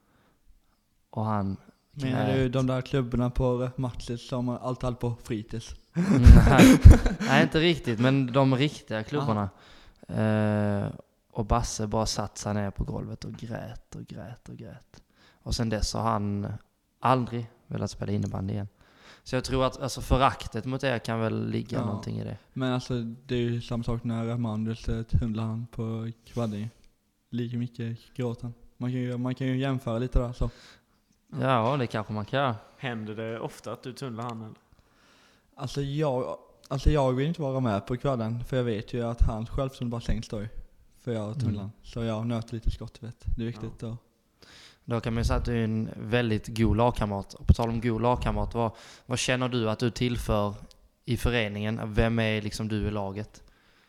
Och han... Menar du de där klubbarna på matcher som allt allt på fritids? Nej, nej, inte riktigt, men de riktiga klubbarna. Uh, och Basse bara satt sig ner på golvet och grät och grät och grät. Och sen dess har han aldrig velat spela innebandy igen. Så jag tror att alltså, föraktet mot det kan väl ligga ja, någonting i det. Men alltså det är ju samma sak när Mandus tunnlar han på kvadden. Lika mycket gråter han. Man kan ju, man kan ju jämföra lite där så. Ja, det kanske man kan. Händer det ofta att du tunnlar han eller? Alltså jag, alltså jag vill inte vara med på kvällen, för jag vet ju att hans självförtroende bara sänks då. För jag tunnlar. Mm. Så jag nöter lite skott, vet. Det är viktigt ja. då. Då kan man ju säga att du är en väldigt god lagkamrat. Och på tal om god lagkamrat, vad, vad känner du att du tillför i föreningen? Vem är liksom du i laget?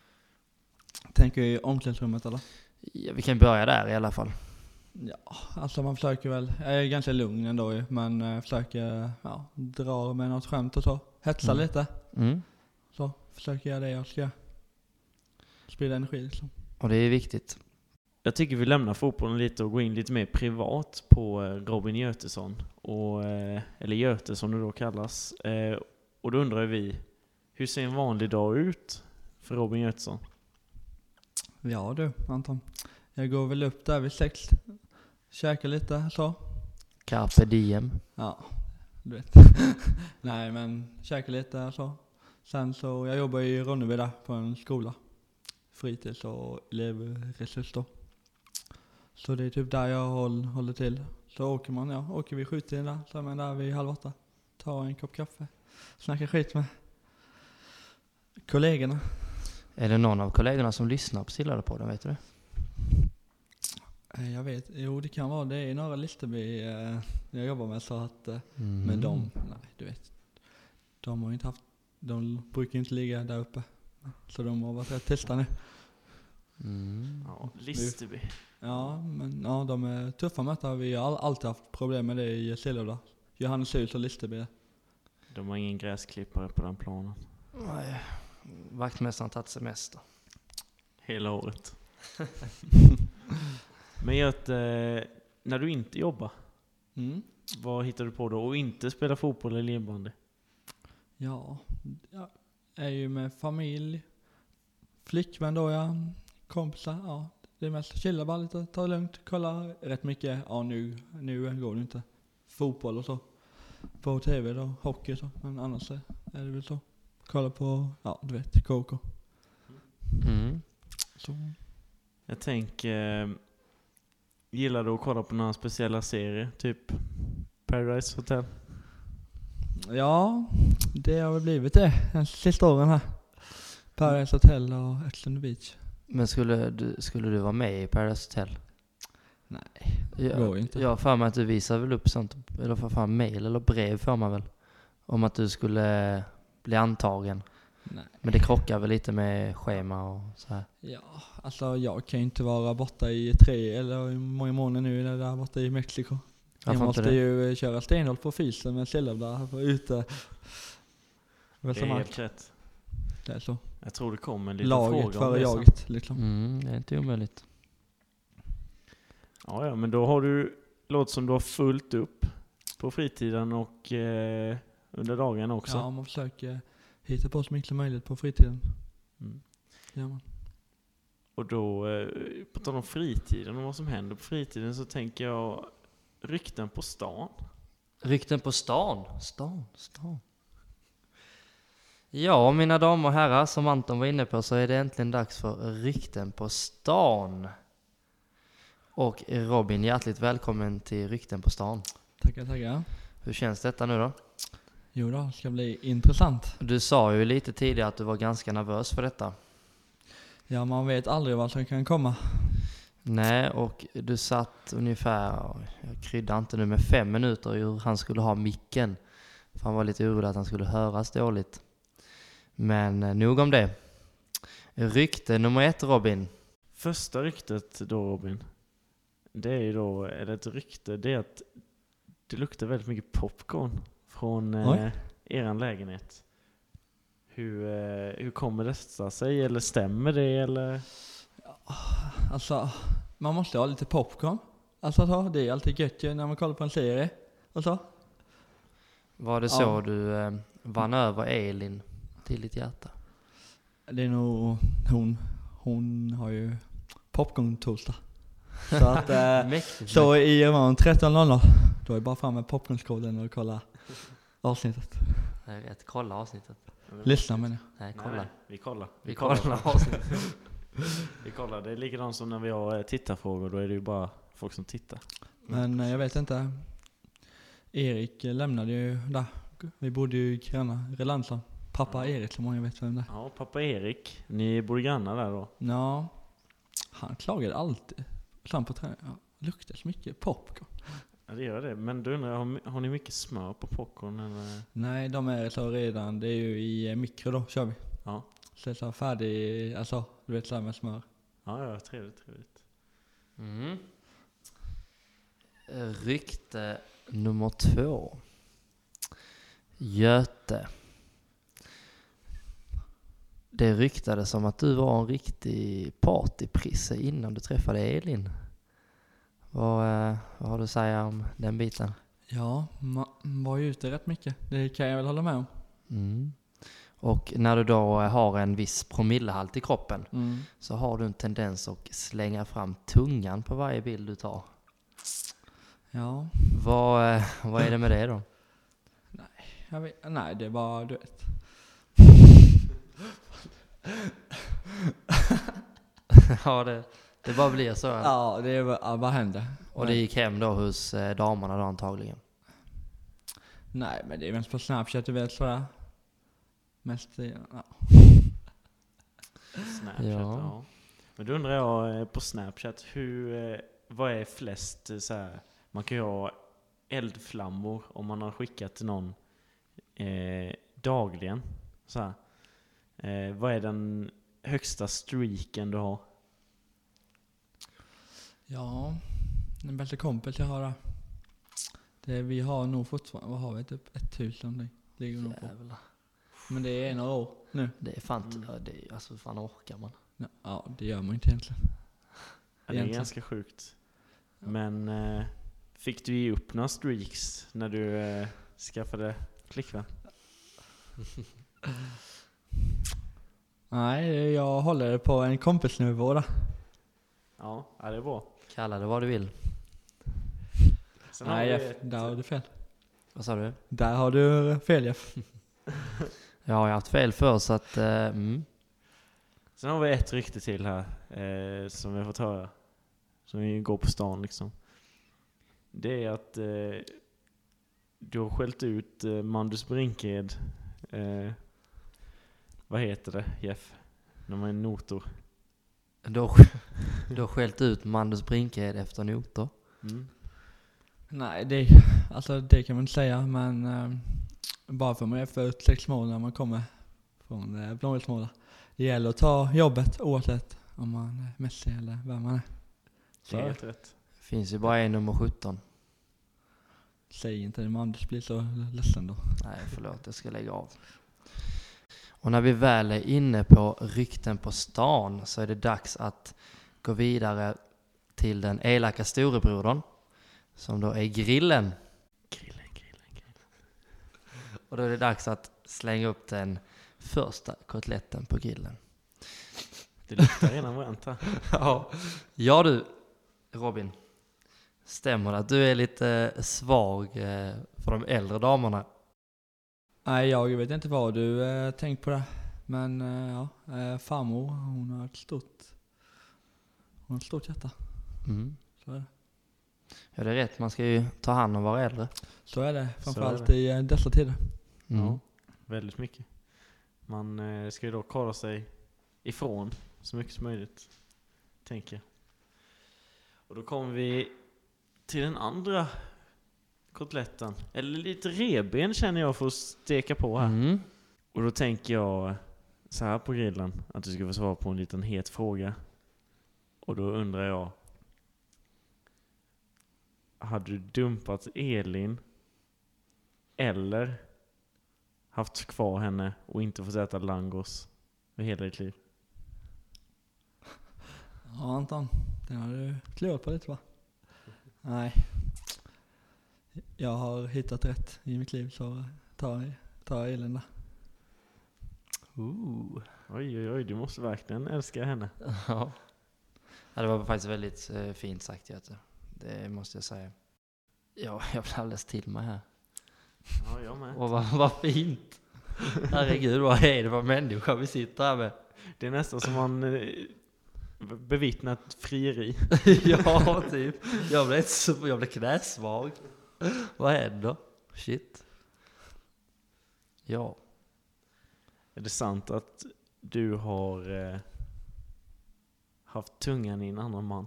Tänker i omklädningsrummet eller? Ja, vi kan börja där i alla fall. Ja, alltså man försöker väl, jag är ganska lugn ändå ju, men jag försöker ja, dra med något skämt och så. Hetsa mm. lite. Mm. Så försöker jag det jag ska. Sprida energi liksom. Och det är viktigt. Jag tycker vi lämnar fotbollen lite och går in lite mer privat på Robin Götesson. Och, eller Göte som det då kallas. Och då undrar vi, hur ser en vanlig dag ut för Robin Götesson? Ja du, Anton. Jag går väl upp där vid sex. Käkar lite så. Carpe diem. Ja, du vet. Nej men käkar lite så. Sen så, jag jobbar i Ronneby där på en skola. Fritids- och elevresurs då. Så det är typ där jag håll, håller till. Så åker man, ja, åker vi skjuter där. Så är man där vid halv åtta. Tar en kopp kaffe. Snackar skit med kollegorna. Är det någon av kollegorna som lyssnar på Stillade på den, vet du det? Jag vet, jo det kan vara. Det är några listor vi, eh, jag jobbar med så att, eh, mm. men de, nej du vet. De har inte haft, de brukar inte ligga där uppe. Så de har varit rätt tysta nu. Mm. Ja, Listerby. Ja, men ja, de är tuffa möta. Vi har all, alltid haft problem med det i Sillerda. Johanneshus och Listerby. De har ingen gräsklippare på den planen. Nej, vaktmästaren har tagit semester. Hela året. Men Gert, eh, när du inte jobbar, Mm. vad hittar du på då? Och inte spela fotboll eller inbandy? Ja, jag är ju med familj, flickvän då, ja, kompisar, ja. Det är mest chilla bara lite, ta det lugnt, kolla rätt mycket. Ja, nu, nu går det inte. Fotboll och så. På tv då, hockey och så. Men annars är det väl så. Kolla på, ja du vet, K K. Mm. Så. Jag tänker, eh, gillar du att kolla på några speciella serier? Typ Paradise Hotel? Ja, det har väl blivit det de sista åren här. Paradise Hotel och Ex on the Beach. Men skulle du, skulle du vara med i Paradise Hotel? Nej, Jag, går ju inte. jag har för mig att du visar väl upp sånt, eller för fan mail eller brev för mig väl, om att du skulle bli antagen. Nej. Men det krockar väl lite med schema och så här. Ja, alltså jag kan ju inte vara borta i tre eller hur många månader nu när jag är borta i Mexiko. Jag Jag får måste inte det. ju köra stenhårt på fysen med Sillerda för ute. Det är Västermark. helt rätt. Det är så. Jag tror det kommer en liten Laget fråga om före det sen. jaget liksom. Mm, det är inte omöjligt. Ja, ja, men då har du, låt som du har fullt upp på fritiden och eh, under dagen också. Ja, man försöker hitta på så mycket som möjligt på fritiden. Mm. Ja, man. Och då, eh, på tal om fritiden och vad som händer på fritiden, så tänker jag rykten på stan. Rykten på stan. Stan, stan. Ja, mina damer och herrar, som Anton var inne på så är det äntligen dags för rykten på stan. Och Robin, hjärtligt välkommen till Rykten på stan. Tackar, tackar. Hur känns detta nu då? Jo då, ska bli intressant. Du sa ju lite tidigare att du var ganska nervös för detta. Ja, man vet aldrig vad som kan komma. Nej, och du satt ungefär, jag kryddar inte nu, med fem minuter hur han skulle ha micken. För han var lite orolig att han skulle höras dåligt. Men eh, nog om det. Rykte nummer ett, Robin. Första ryktet då, Robin, det är ju då, eller ett rykte, det är att det luktar väldigt mycket popcorn från eh, eran lägenhet. Hur, eh, hur kommer detta sig? Eller stämmer det? Eller? Alltså, man måste ha lite popcorn. Alltså så, det är alltid gött ju när man kollar på en serie. Alltså. Var det så Ja. du eh, vann över Elin till ditt hjärta? Det är nog hon. Hon har ju popcorn-toaster. Så att, eh, Mäktigt. så i imorgon tretton noll noll, då är det bara fram med popcornskålen och kolla avsnittet. Det är rätt, kolla avsnittet. Lyssna med det. Nej, Nej, kolla. nej, vi kollar. Vi kollar avsnittet. Vi kollar. Det är likadant som när vi har eh, tittarfrågor. Då är det ju bara folk som tittar. Men eh, jag vet inte. Erik eh, lämnade ju där. Vi bodde ju i Gröna Relandsson. Pappa Erik, som många vet vem det är. Ja, pappa Erik. Ni bor grannar där då? Ja, han klagade alltid. Fram på träningen. Ja, luktar så mycket popcorn. Ja, det gör det. Men du undrar, har, har ni mycket smör på popcorn? Eller? Nej, de är så redan. Det är ju i eh, mikro då, kör vi. Ja. Så det är så färdig, alltså du vet så här med smör. Ja, ja, trevligt, trevligt. Mm. Rykte nummer två. Göte. Det ryktades som att du var en riktig partyprisse innan du träffade Elin. Vad, eh, vad har du att säga om den biten? Ja, man var ju ute rätt mycket. Det kan jag väl hålla med om. Mm. Och när du då har en viss promillehalt i kroppen Mm. så har du en tendens att slänga fram tungan på varje bild du tar. Ja, Vad, eh, vad är det med det då? jag vet, nej det var, du vet. Ja, det, det bara blir så. Ja. Ja, det var, ja, vad hände? Och det gick hem då hos eh, damerna då antagligen. Nej, men det är mest på Snapchat, du vet sådär. Mest, ja. Snapchat, Ja. ja. Men då undrar jag eh, på Snapchat, hur, eh, vad är flest eh, så här, man kan ju ha eldflammor om man har skickat till någon eh, dagligen. Så här. Eh, vad är den högsta streaken du har? Ja, den bästa kompis jag har där. Det, vi har nog fortfarande, vad har vi, typ ett tusen det ligger nog på. Jävlar. Men det är några år nu. Det är fan, Mm. ja, det är, alltså fan orkar man. Ja, det gör man inte egentligen. Ja, det är Egentligen. ganska sjukt. Men eh, fick du ge upp några streaks när du eh, skaffade flickvän? Nej, jag håller det på en kompisnivå där. Ja, ja, det är bra. Kalla det vad du vill. Sen har Nej, vi Jeff, ett- där har du fel. Vad sa du? Där har du fel, Jeff. Jag har ju haft fel för så att, eh, mm. Sen har vi ett rykte till här eh, som vi har fått höra. Som vi går på stan liksom. Det är att eh, du har skällt ut eh, Mandus Brinkhed. Eh, vad heter det, Jeff? När man är notor. Du har, du har skällt ut Mandus Brinkhed efter noter. Mm. Nej, det, alltså det kan man inte säga, men eh, bara för man är för ut sex mål när man kommer från eh, Blåvitt-mål. Det gäller att ta jobbet oavsett om man är Messi eller vem man är. Det är Så helt rätt. Finns ju bara en nummer sjutton. säg inte det, man Anders blir så ledsen då. Nej, förlåt, jag ska lägga av. Och när vi väl är inne på rykten på stan så är det dags att gå vidare till den elaka storebrodern. Som då är grillen. Grillen, grillen, grillen. Och då är det dags att slänga upp den första kotletten på grillen. Det luktar redan bränt här. Ja. Ja du, Robin. Stämmer det att du är lite svag eh, för de äldre damerna? Nej, jag vet inte vad du eh, tänkt på det. Men eh, ja, eh, farmor, hon har ett stort, hon har ett stort hjärta. Mm. Så är det. Ja, det är rätt. Man ska ju ta hand om våra äldre. Så är det, Så framförallt är det. i eh, dessa tider. Mm. Ja, väldigt mycket. Man eh, ska ju då kolla sig ifrån så mycket som möjligt, tänker jag. Och då kommer vi till den andra kotletten. Eller lite reben känner jag för att steka på här. Mm. Och då tänker jag så här på grillen, att du ska få svara på en liten het fråga. Och då undrar jag, hade du dumpat Elin eller haft kvar henne och inte fått äta langos för hela ditt liv? Ja, Anton, det har du klurat på lite, va? Nej. Jag har hittat rätt i mitt liv, så ta, ta Elin där. Ooh. Oj, oj, oj, du måste verkligen älska henne. Ja. Ja, det var faktiskt väldigt eh, fint sagt, Göte. Det måste jag säga. Ja, jag blir alldeles till mig här. Ja, jag med. Och vad, vad fint. Herregud, vad är det för människa vi sitter här med? Det är nästan som man eh, bevittnat frieri. Ja, typ. Jag blev, så, jag blev knäsvag. Vad händer? Shit. Ja. Är det sant att du har eh, haft tungan i en annan man?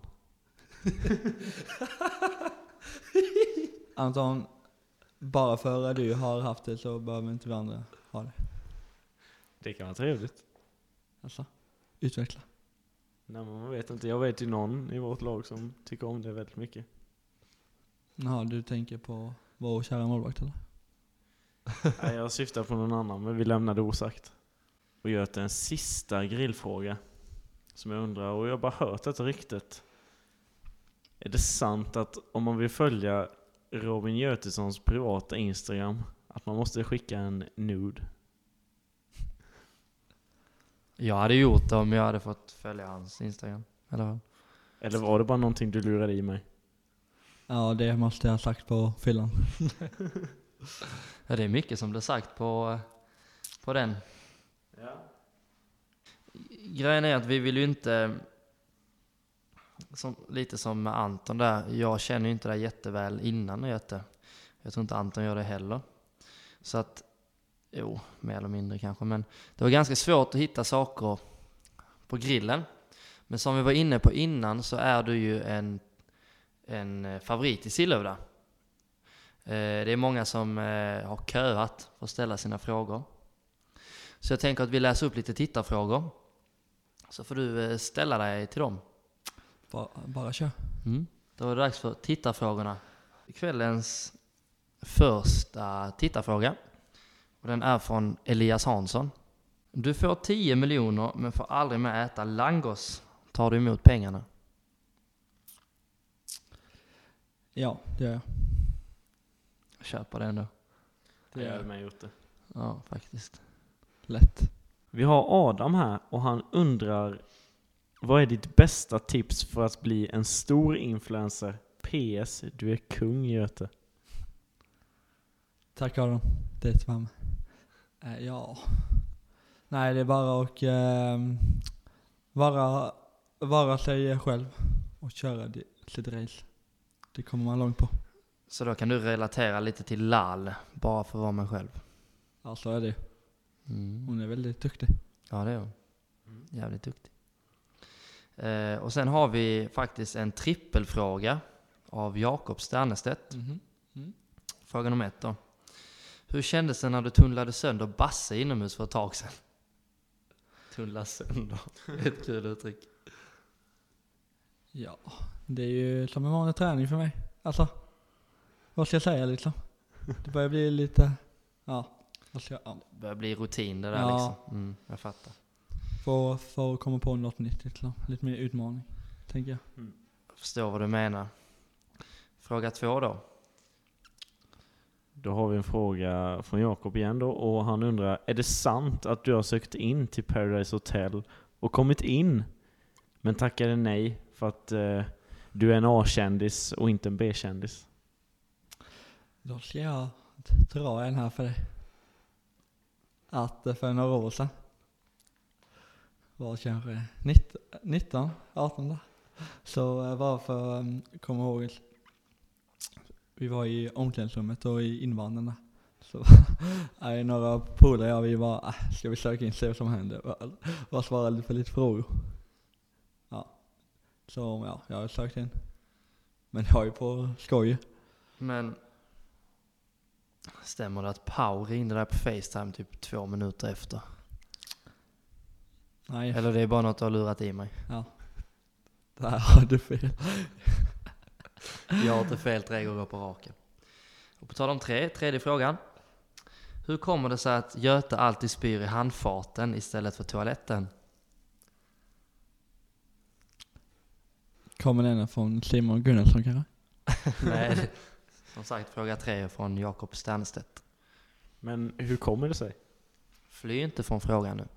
Anton, bara för att du har haft det så behöver inte vi andra ha det. Det kan vara trevligt. Alltså, utveckla. Nej, men man vet inte. Jag vet ju någon i vårt lag som tycker om det väldigt mycket. Jaha, du tänker på vår kära målvakt eller? Nej, jag syftar på någon annan, men vi lämnar det osagt. Och gör till en sista grillfråga som jag undrar, och jag har bara hört detta ryktet. Är det sant att om man vill följa Robin Götessons privata Instagram att man måste skicka en nude? Jag hade gjort det om jag hade fått följa hans Instagram. Eller vad? Eller var det bara någonting du lurade i mig? Ja, det måste jag ha sagt på fyllan. Ja, det är mycket som blir sagt på, på den. Ja. Grejen är att vi vill ju inte, som, lite som med Anton där, jag känner ju inte det jätteväl innan Göte. Jag tror inte Anton gör det heller. Så att, jo, mer eller mindre kanske, men det var ganska svårt att hitta saker på grillen. Men som vi var inne på innan så är du ju en, en favorit i Sillhövda. Det är många som har köat för att ställa sina frågor. Så jag tänker att vi läser upp lite tittarfrågor. Så får du ställa dig till dem. Bara, bara kör. Mm. Då är det dags för tittarfrågorna. Kvällens första tittarfråga. Och den är från Elias Hansson. Du får tio miljoner men får aldrig mer äta langos. Tar du emot pengarna? Ja, det gör jag. Köper det ändå. Det Det jag är hade med gjort det. Ja, faktiskt. lätt. Vi har Adam här och han undrar: vad är ditt bästa tips för att bli en stor influencer? P S, du är kung, Göte. Tack Adam. Det är ett fram. Eh, ja. Nej, det är bara att eh, vara, vara sig själv och köra det, sitt race. Det kommer man långt på. Så då kan du relatera lite till Lal, bara för att vara mig själv. Ja, så är det. Mm. Hon är väldigt duktig. Ja, det är hon. Jävligt duktig. Eh, och sen har vi faktiskt en trippelfråga av Jakob Sternestedt. Mm-hmm. Mm. Fråga nummer ett då. Hur kändes det när du tunnlade sönder Basse inomhus för ett tag sedan? Tunnla sönder. Ett kul uttryck. Ja, det är ju som en vanlig träning för mig. Alltså, vad ska jag säga liksom? Det börjar bli lite, ja, vad ska jag, ja. Det börjar bli rutin det där Ja. liksom. Mm, jag fattar. För, för att komma på något nytt liksom. Lite mer utmaning, tänker jag. Jag förstår vad du menar. Fråga två då. Då har vi en fråga från Jakob igen då, och han undrar: är det sant att du har sökt in till Paradise Hotel och kommit in men tackade nej för att eh, du är en A-kändis och inte en B-kändis? Då ska jag dra en här för dig. Att eh, för några år sedan var kanske nitton, arton där. Så eh, var för, um, kommer ihåg, vi var i omklädningsrummet och i invandrarna. Så är några polare, ja, vi var, äh, ska vi söka in, se vad som händer. Vad svarade för lite frågor. Ja, så ja, jag har sökt in. Men jag är på skoj. Men stämmer det att Pau ringde där på FaceTime typ två minuter efter? Nej, Eller det är bara något du har lurat i mig? ja. Där har du fel. Jag har inte fel tre gånger på raken. Och på tal om tre, tredje frågan. Hur kommer det sig att Göte alltid spyr i handfaten istället för toaletten? Kommer den från Simon Gunnarsson kanske? Nej, som sagt fråga tre från Jakob Sternstedt. Men hur kommer det sig? Fly inte från frågan nu.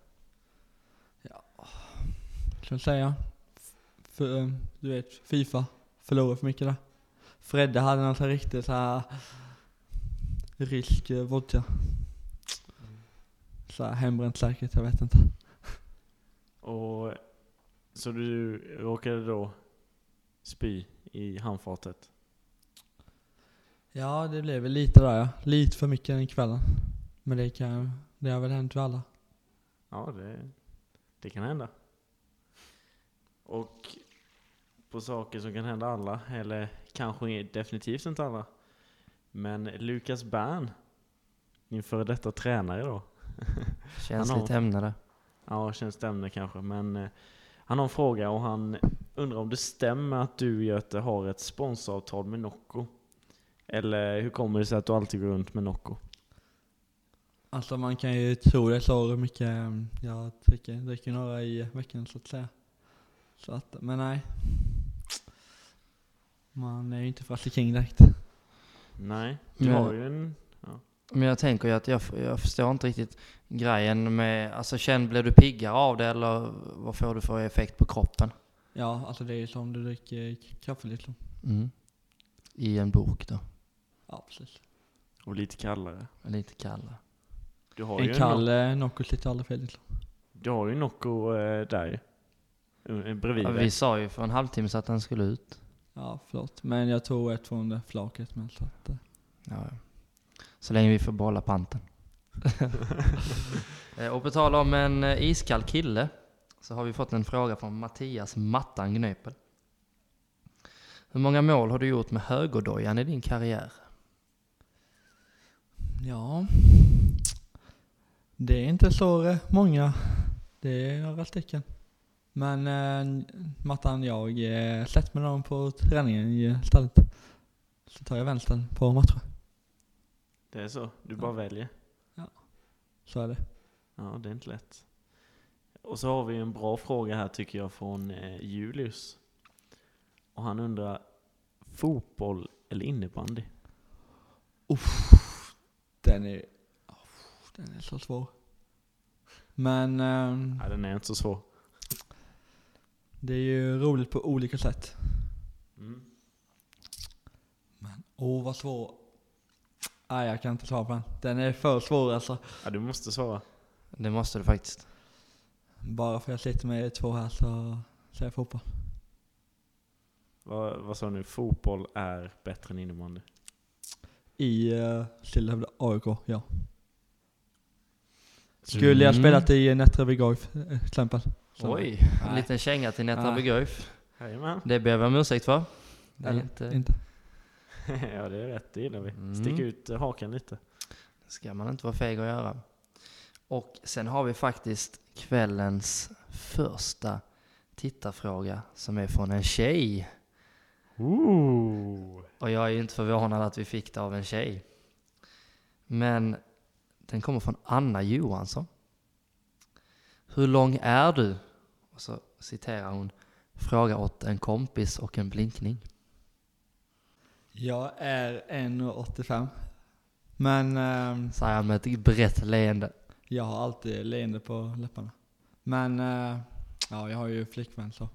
Ska jag säga. För, um, du vet, FIFA förlorade för mycket där. Fredde hade något riktigt så här risk uh, vodka. Så här hembränt säkert, jag vet inte. Och så du råkade då spy i handfatet? Ja, det blev väl lite där, ja. Lite för mycket den kvällen. Men det kan, det har väl hänt för alla. Ja, det, det kan hända. Och på saker som kan hända alla, eller kanske definitivt inte alla. Men Lukas Bern, min före detta tränare då. Känns Han har- lite ämne där. Ja, känns det ämne kanske. Men eh, han har en fråga och han undrar om det stämmer att du, Göte, har ett sponsoravtal med Nocco. Eller hur kommer det sig att du alltid går runt med Nocco? Alltså man kan ju tro det så mycket. um, Jag dricker, dricker några i veckan så att säga. Så att, men nej. Man är ju inte fast i king direkt. Nej, du Men- har ju en... Men jag tänker ju att jag, jag förstår inte riktigt grejen med, alltså känn, blev du piggare av det eller vad får du för effekt på kroppen? Ja, alltså det är ju som du dricker kaffe liksom. Mm. I en bok då, Ja, precis. Och lite kallare. lite kallare. Du har ju En en kall eh, Nocco sitter aldrig fel liksom. Du har ju Nocco eh, där ju. Eh, Bredvid Ja, dig. vi sa ju för en halvtimme så att den skulle ut. Ja, förlåt. Men jag tog ett från det flaket med så att... eh, Ja, ja. Så länge vi får behålla panten. Eh, Och på tal om en eh, iskall kille så har vi fått en fråga från Mattias Mattan Gnöpel. Hur många mål har du gjort med högerdojan i din karriär? Ja. Det är inte så eh, många. Det är några stycken. Men eh, Mattan, jag eh, släppt med dem på träningen i stället. Så tar jag vänstern på matcher. Det är så? Du bara Ja. väljer? Så är det. Ja, det är inte lätt. Och så har vi en bra fråga här tycker jag från eh, Julius. Och han undrar, fotboll eller innebandy? Den är, oh, den är så svår. Men ehm, Nej, den är inte så svår. det är ju roligt på olika sätt. Mm. Men åh, vad svår. Nej, jag kan inte svara på den. Den är för svår alltså. Ja, du måste svara. Det måste du faktiskt. Bara för jag sitter med två här så säger jag fotboll. Vad, vad sa du? Fotboll är bättre än innebandy? I uh, Stillhävda A I K, ja. Skulle jag Mm. spelat i Nättraby Guif till exempel. Så- Oj, en Nej. liten känga till Nättraby Nej. Guif. Jajamän. Det ber jag om ursäkt för. Det är Eller inte, inte. Ja, det är rätt. Det gillar vi. Mm. Stick ut eh, hakan lite. ska man inte vara feg att göra. Och sen har vi faktiskt kvällens första tittarfråga som är från en tjej. Ooh. Och jag är ju inte förvånad att vi fick det av en tjej. Men den kommer från Anna Johansson. Hur lång är du? Och så citerar hon: fråga åt en kompis och en blinkning. Jag är en komma åttiofem. Men ehm, Säger han med ett brett leende. jag har alltid leende på läpparna. Men eh, ja, jag har ju flickvän så.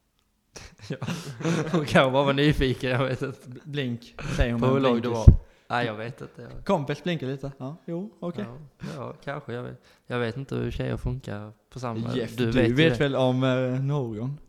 Hon kanske bara var nyfiken, jag vet inte. B- Blink, säger hon På med hur lång du blinkis. var. Nej, jag vet inte. Jag, Kompis blinkar lite. Ja, jo, okej. ja, ja, kanske. Jag vet, jag vet inte hur tjejer funkar på samma... Jeff, du du vet, vet, ju det. väl om eh, någon?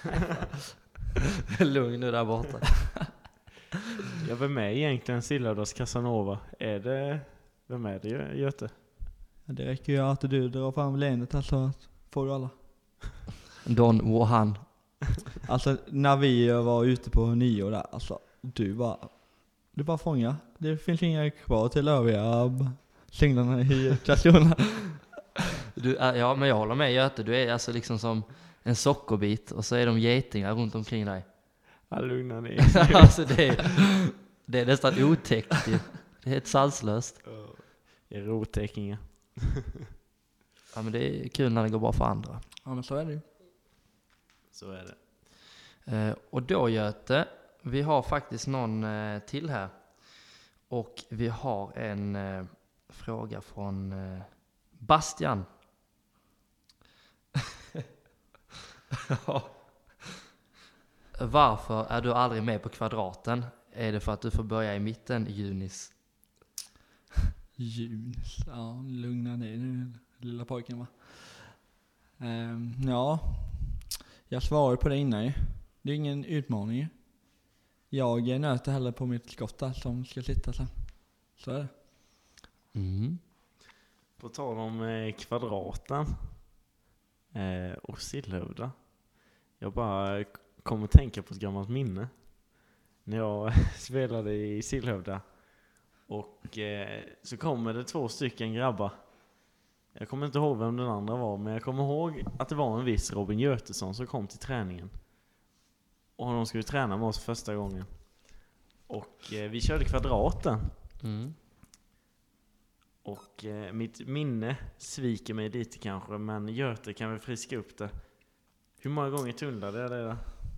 Lugn nu där borta. Ja, vem är egentligen Sillhövdas Casanova? Är det... Vem är det, Gö- Göte? Ja, det räcker ju att du drar fram leendet här så får du alla. Don Wuhan. Alltså när vi var ute på nio där, alltså du bara, du bara fångar. Det finns inga kvar till övriga b- singlarna i Karlskrona. Du, är- ja, men jag håller med Göte. Du är alltså liksom som en sockerbit och så är de getingar runt omkring dig. Ja, lugna ner. Alltså det är, det är nästan otäckt ju. Det är helt sanslöst. Eroteckningar. Ja, men det är kul när det går bra för andra. Ja men så är det ju. Så är det. Eh, och då Göte, vi har faktiskt någon eh, till här. Och vi har en eh, fråga från eh, Bastian. Ja. Varför är du aldrig med på kvadraten? Är det för att du får börja i mitten, Junis? Junis, ja lugna ner nu lilla pojken va. Ehm, ja, jag svarade på det innan ju. Det är ingen utmaning ju. Jag nöter hellre på mitt skott där som ska sitta sen. Så är det. Mm. På tal om eh, kvadraten eh, och Sillhövda. Jag bara kommer tänka på ett gammalt minne. När jag spelade i Sillhövda. Och eh, så kommer det två stycken grabbar. Jag kommer inte ihåg vem den andra var. Men jag kommer ihåg att det var en viss Robin Götesson som kom till träningen. Och de skulle träna med oss första gången. Och eh, vi körde kvadraten. Mm. Och eh, mitt minne sviker mig lite kanske. Men Göte kan väl friska upp det. Hur många gånger tunnlade jag det där?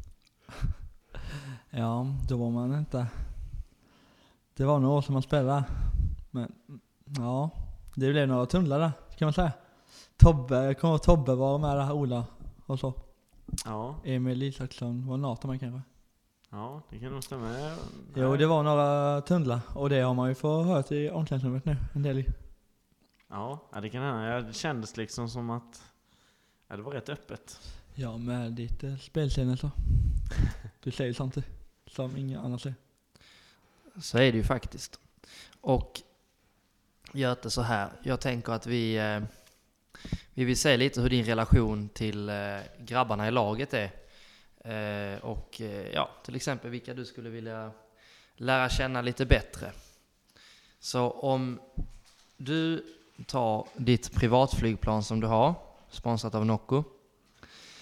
Ja, då var man inte. Det var några år som man spelade. Men ja, det blev några tunnlar där kan man säga. Tobbe, jag kommer ihåg Tobbe var med där, Ola och så. Ja, Emil Isaksson var Nato med kanske. ja, det kan nog stämma. Jo, det var några tunnlar och det har man ju fått hört i omklädningsrummet nu en del. Ja, ja, det kan hända. Det kändes liksom som att ja, det var rätt öppet. Ja, med ditt eh, spelsinne så. Du säger sånt som ingen annan säger. Så är det ju faktiskt. Och Göte, så här. Jag tänker att vi, eh, vi vill se lite hur din relation till eh, grabbarna i laget är. Eh, och eh, ja, till exempel vilka du skulle vilja lära känna lite bättre. Så om du tar ditt privatflygplan som du har, sponsrat av Nocco.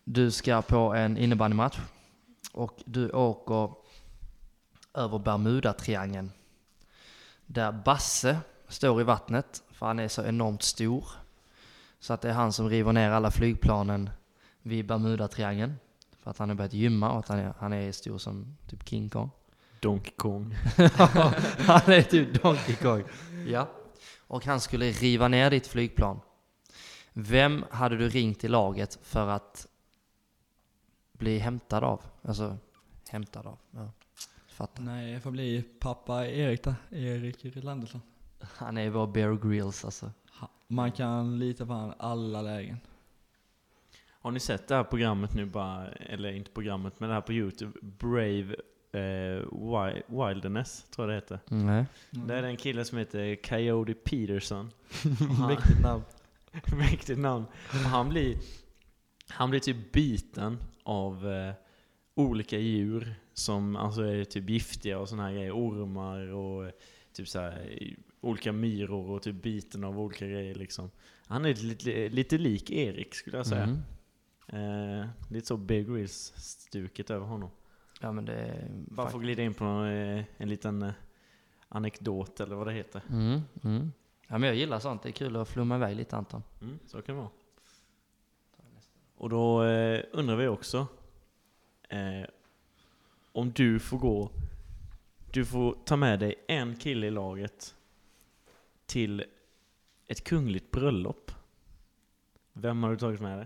Du ska på en innebandymatch och du åker över Bermuda-triangeln. Där Basse står i vattnet, för han är så enormt stor. Så att det är han som river ner alla flygplanen vid Bermuda-triangeln. För att han har börjat gymma och att han är, han är stor som typ King Kong. Donkey Kong. Han är typ Donkey Kong. Ja. Och han skulle riva ner ditt flygplan. Vem hade du ringt i laget för att bli hämtad av? Alltså, hämtad av. Ja. Fattar. Nej, jag får bli pappa Erik där. Erik Rylandersson. Han är vår Bear Grylls alltså. Man kan lita på han alla lägen. Har ni sett det här programmet nu bara, eller inte programmet, men det här på YouTube, Brave eh, Wi- Wilderness, tror jag det heter. Nej. Mm. Det är en kille som heter Coyote Peterson. Mäktigt namn. Mäktigt namn. Och han blir, han blir typ biten av eh, olika djur som alltså är typ giftiga och såna här grejer, ormar och eh, typ så här olika myror och typ biten av olika grejer liksom. Han är lite, lite lik Erik skulle jag säga. Mm. Eh, lite så Bear Grylls stuket över honom. Ja, men det är... Bara få glida in på eh, en liten eh, anekdot eller vad det heter. Mm, mm. Ja, men jag gillar sånt. Det är kul att flumma iväg lite, Anton. Mm, så kan det vara. Och då eh, undrar vi också eh, om du får gå, du får ta med dig en kille i laget till ett kungligt bröllop. Vem har du tagit med dig?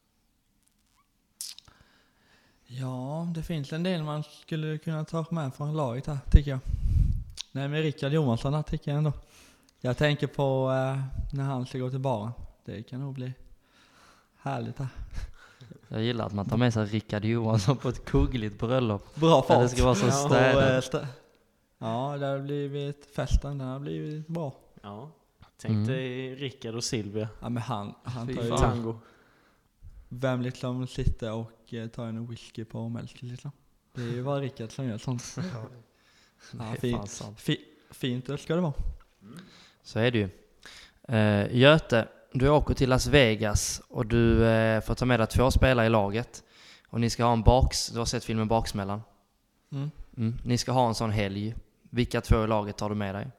Ja, det finns en del man skulle kunna ta med från laget här, tycker jag. Nej, men Rickard Johansson här tycker jag ändå. Jag tänker på eh, när han ska gå till baren. Det kan nog bli härligt här. Jag gillar att man tar med sig Rickard Johansson på ett kungligt bröllop. Bra fart. Där det ska vara så Ja, städat. och, eh, stä- ja, det har blivit festen. Den har blivit bra. Ja, tänk Mm. dig Rickard och Silvia. Ja, men han, han Fy tar ju... fan. Tango. Vem liksom sitter och eh, tar en whisky på Melker liksom. Det är ju bara Rickard som gör sånt. Det Ja, är fint. fan sant. Fi- fint det ska det vara. Så är det ju. Uh, Göte, du åker till Las Vegas och du uh, får ta med dig två spelare i laget. Och ni ska ha en baks... Du har sett filmen Baksmällan? Mm. Mm. Ni ska ha en sån helg. Vilka två i laget tar du med dig?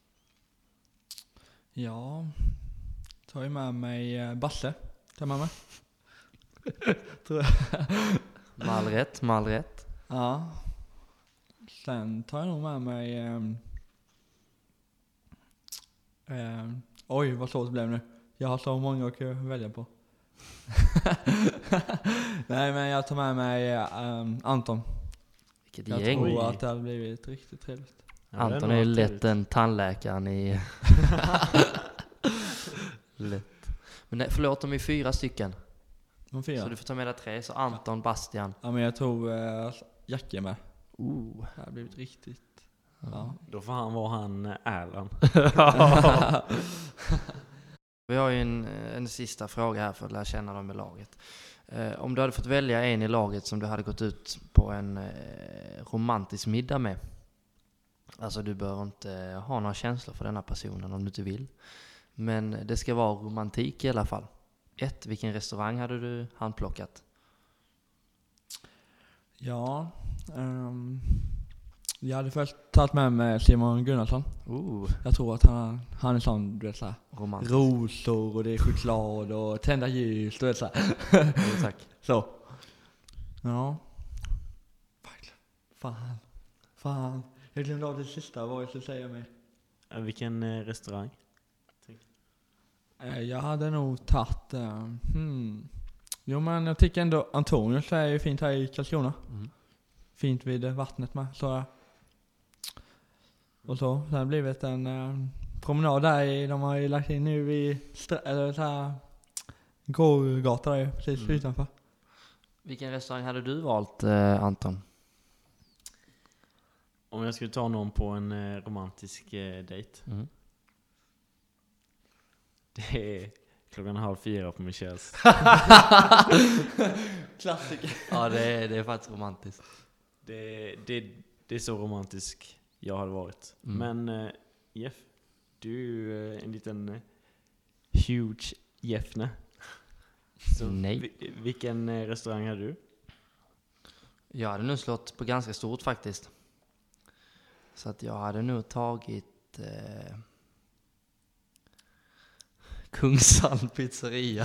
Ja, tar ju med mig eh, Basse. Tar med mig. Tror jag. Med all rätt, med all rätt. Ja. Sen tar jag nog med mig... ehm, ehm, oj, vad svårt det blev nu. Jag har så många att välja på. Nej, men jag tar med mig ehm, Anton. Vilket Jag gäng. tror att det hade blivit riktigt trevligt. Ja, det är Anton nog är ju alltid lätt trevligt. den tandläkaren i... lätt. Men nej, förlåt, de är fyra stycken. De fyra. Så du får ta med dig tre. Så Anton, Bastian. Ja, men jag tror eh, Jacke är med. Ooh. Det har blivit riktigt... Ja. Då får han vara han eh, Erland. Vi har ju en, en sista fråga här för att lära känna dem i laget. Eh, om du hade fått välja en i laget som du hade gått ut på en eh, romantisk middag med. Alltså du behöver inte ha några känslor för denna personen om du inte vill. Men det ska vara romantik i alla fall. Ett, vilken restaurang hade du handplockat? Ja, ehm, jag hade först tagit med mig Simon Gunnarsson. Ooh, Jag tror att han, han är sån, du vet såhär, romantisk. rosor och det är choklad och tända ljus, du vet såhär. Jo, tack. Så. Ja. Verkligen. Fan. Fan. Jag glömde av det sista, vad jag skulle säga mig. Eh, Vilken eh, restaurang? Eh, Jag hade nog tagit, eh, hmm. Jo, men jag tycker ändå Antonius är ju fint här i Karlskrona. Mm. Fint vid eh, vattnet med, så jag. Och så, det har blivit en eh, promenad där i, de har ju lagt in nu i, stra- eller så här, gågata där ju, precis Mm. utanför. Vilken restaurang hade du valt, eh, Anton? Om jag skulle ta någon på en eh, romantisk eh, dejt. Mm. Det är klockan halv fyra på Michels. Klassiker. Ja, det är, det är faktiskt romantiskt. Det, det, det är så romantisk jag hade varit. Mm. Men eh, Jeff, du är ju eh, en liten eh, huge Jeffne. Så Nej. vi- vilken eh, restaurang har du? Jag hade nog slått på ganska stort faktiskt. Så att jag hade nog tagit eh, Kungsan pizzeria.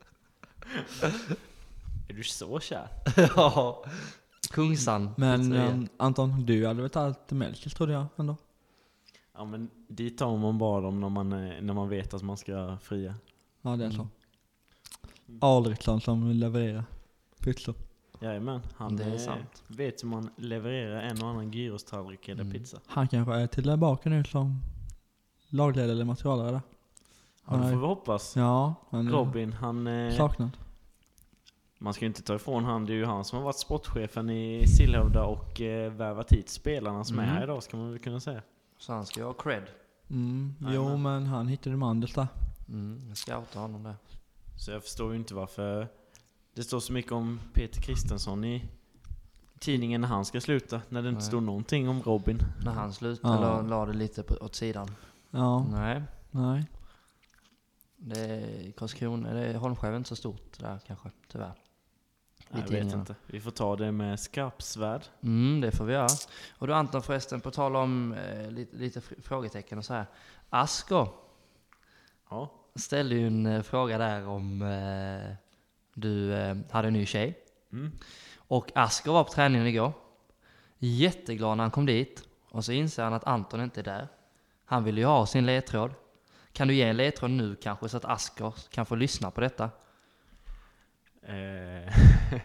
Är du så kär? Ja, Kungsan Men pizzeria. um, Anton, du hade väl tagit Melkis trodde jag ändå. Ja, men dit tar man bara dem när man, eh, när man vet att man ska fria. Ja, det är Mm. så. Alriksson som levererar pizzor. Jajamän, han Det är eh, sant. vet hur man levererar en och annan gyrostallrik eller Mm. pizza. Han kanske är tillbaka nu som lagledare eller materialare där. Ja, det Nej. får vi hoppas. Ja, han är Robin, han... Eh, saknad. man ska ju inte ta ifrån han, det är ju han som har varit sportchefen i Sillhövda och eh, värvat hit spelarna som är Mm. här idag, ska man väl kunna säga. Så han ska ju ha cred. Mm, jo, Jajamän. men han hittade Mandels där. Mm, jag scoutar honom där. Så jag förstår ju inte varför det står så mycket om Peter Kristensson i tidningen när han ska sluta, när det inte Nej. står någonting om Robin. När han slutade, Ja. la, la det lite på, åt sidan. Ja, Nej, nej. det är Karlskrona, det är Holmsjö är inte så stort där kanske, tyvärr. I Jag vet tidningarna. inte. Vi får ta det med skarpsvärd. Mm, det får vi göra. Och då Anton förresten, på tal om eh, lite, lite fr- frågetecken och så här. Asker Ja. ställde ju en eh, fråga där om eh, du eh, hade en ny tjej. Mm. Och Asker var på träningen igår. Jätteglad när han kom dit. Och så inser han att Anton inte är där. Han vill ju ha sin ledtråd. Kan du ge en ledtråd nu kanske så att Asker kan få lyssna på detta? Eh,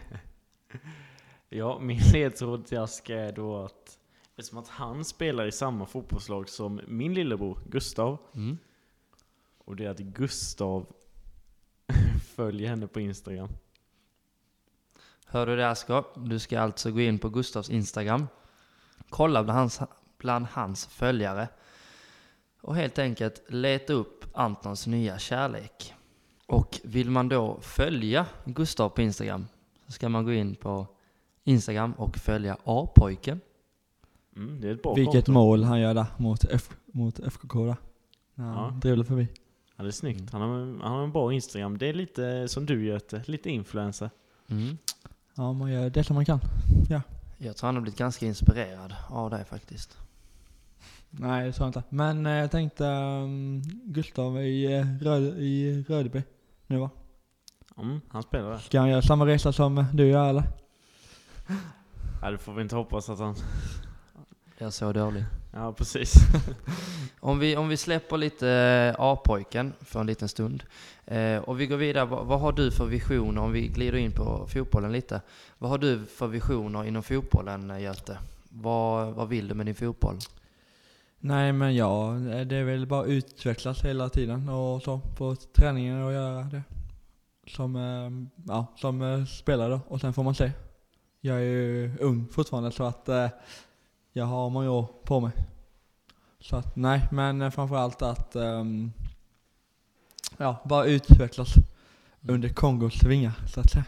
ja, min ledtråd till Aska är då att eftersom att han spelar i samma fotbollslag som min lillebror Gustav, Mm. och det är att Gustav följer henne på Instagram. Hör du det Asker? Du ska alltså gå in på Gustavs Instagram. Kolla bland hans, bland hans följare. Och helt enkelt leta upp Antons nya kärlek. Och vill man då följa Gustav på Instagram så ska man gå in på Instagram och följa A-pojken. Mm, det är ett bra Vilket konto. mål han gör där mot, F- mot F K K där. När han Ja. dribblar förbi. Ja, det är snyggt. Han har, han har en bra Instagram. Det är lite som du Göte, lite influencer. Mm. Ja, man gör det som man kan. Jag tror han har blivit ganska inspirerad av dig faktiskt. Nej, det tror jag inte. Men eh, jag tänkte um, Gustav i, eh, Röd, i Rödeby nu va? Mm, han spelar där. Ska han göra samma resa som du gör eller? Ja, det får vi inte hoppas att han... Jag är så dålig. Ja, precis. Om vi, om vi släpper lite eh, A-pojken för en liten stund eh, och vi går vidare, vad, vad har du för visioner om vi glider in på fotbollen lite? Vad har du för visioner inom fotbollen, eh, Göte? Vad, vad vill du med din fotboll? Nej men ja, det är väl bara utvecklas hela tiden och så på träningen och göra det. Som, eh, ja, som eh, spelare då. Och sen får man se. Jag är ju ung fortfarande så att eh, jag har många år på mig. Så att nej, men eh, framförallt att ehm, ja, bara utvecklas under Kongos vingar så att säga.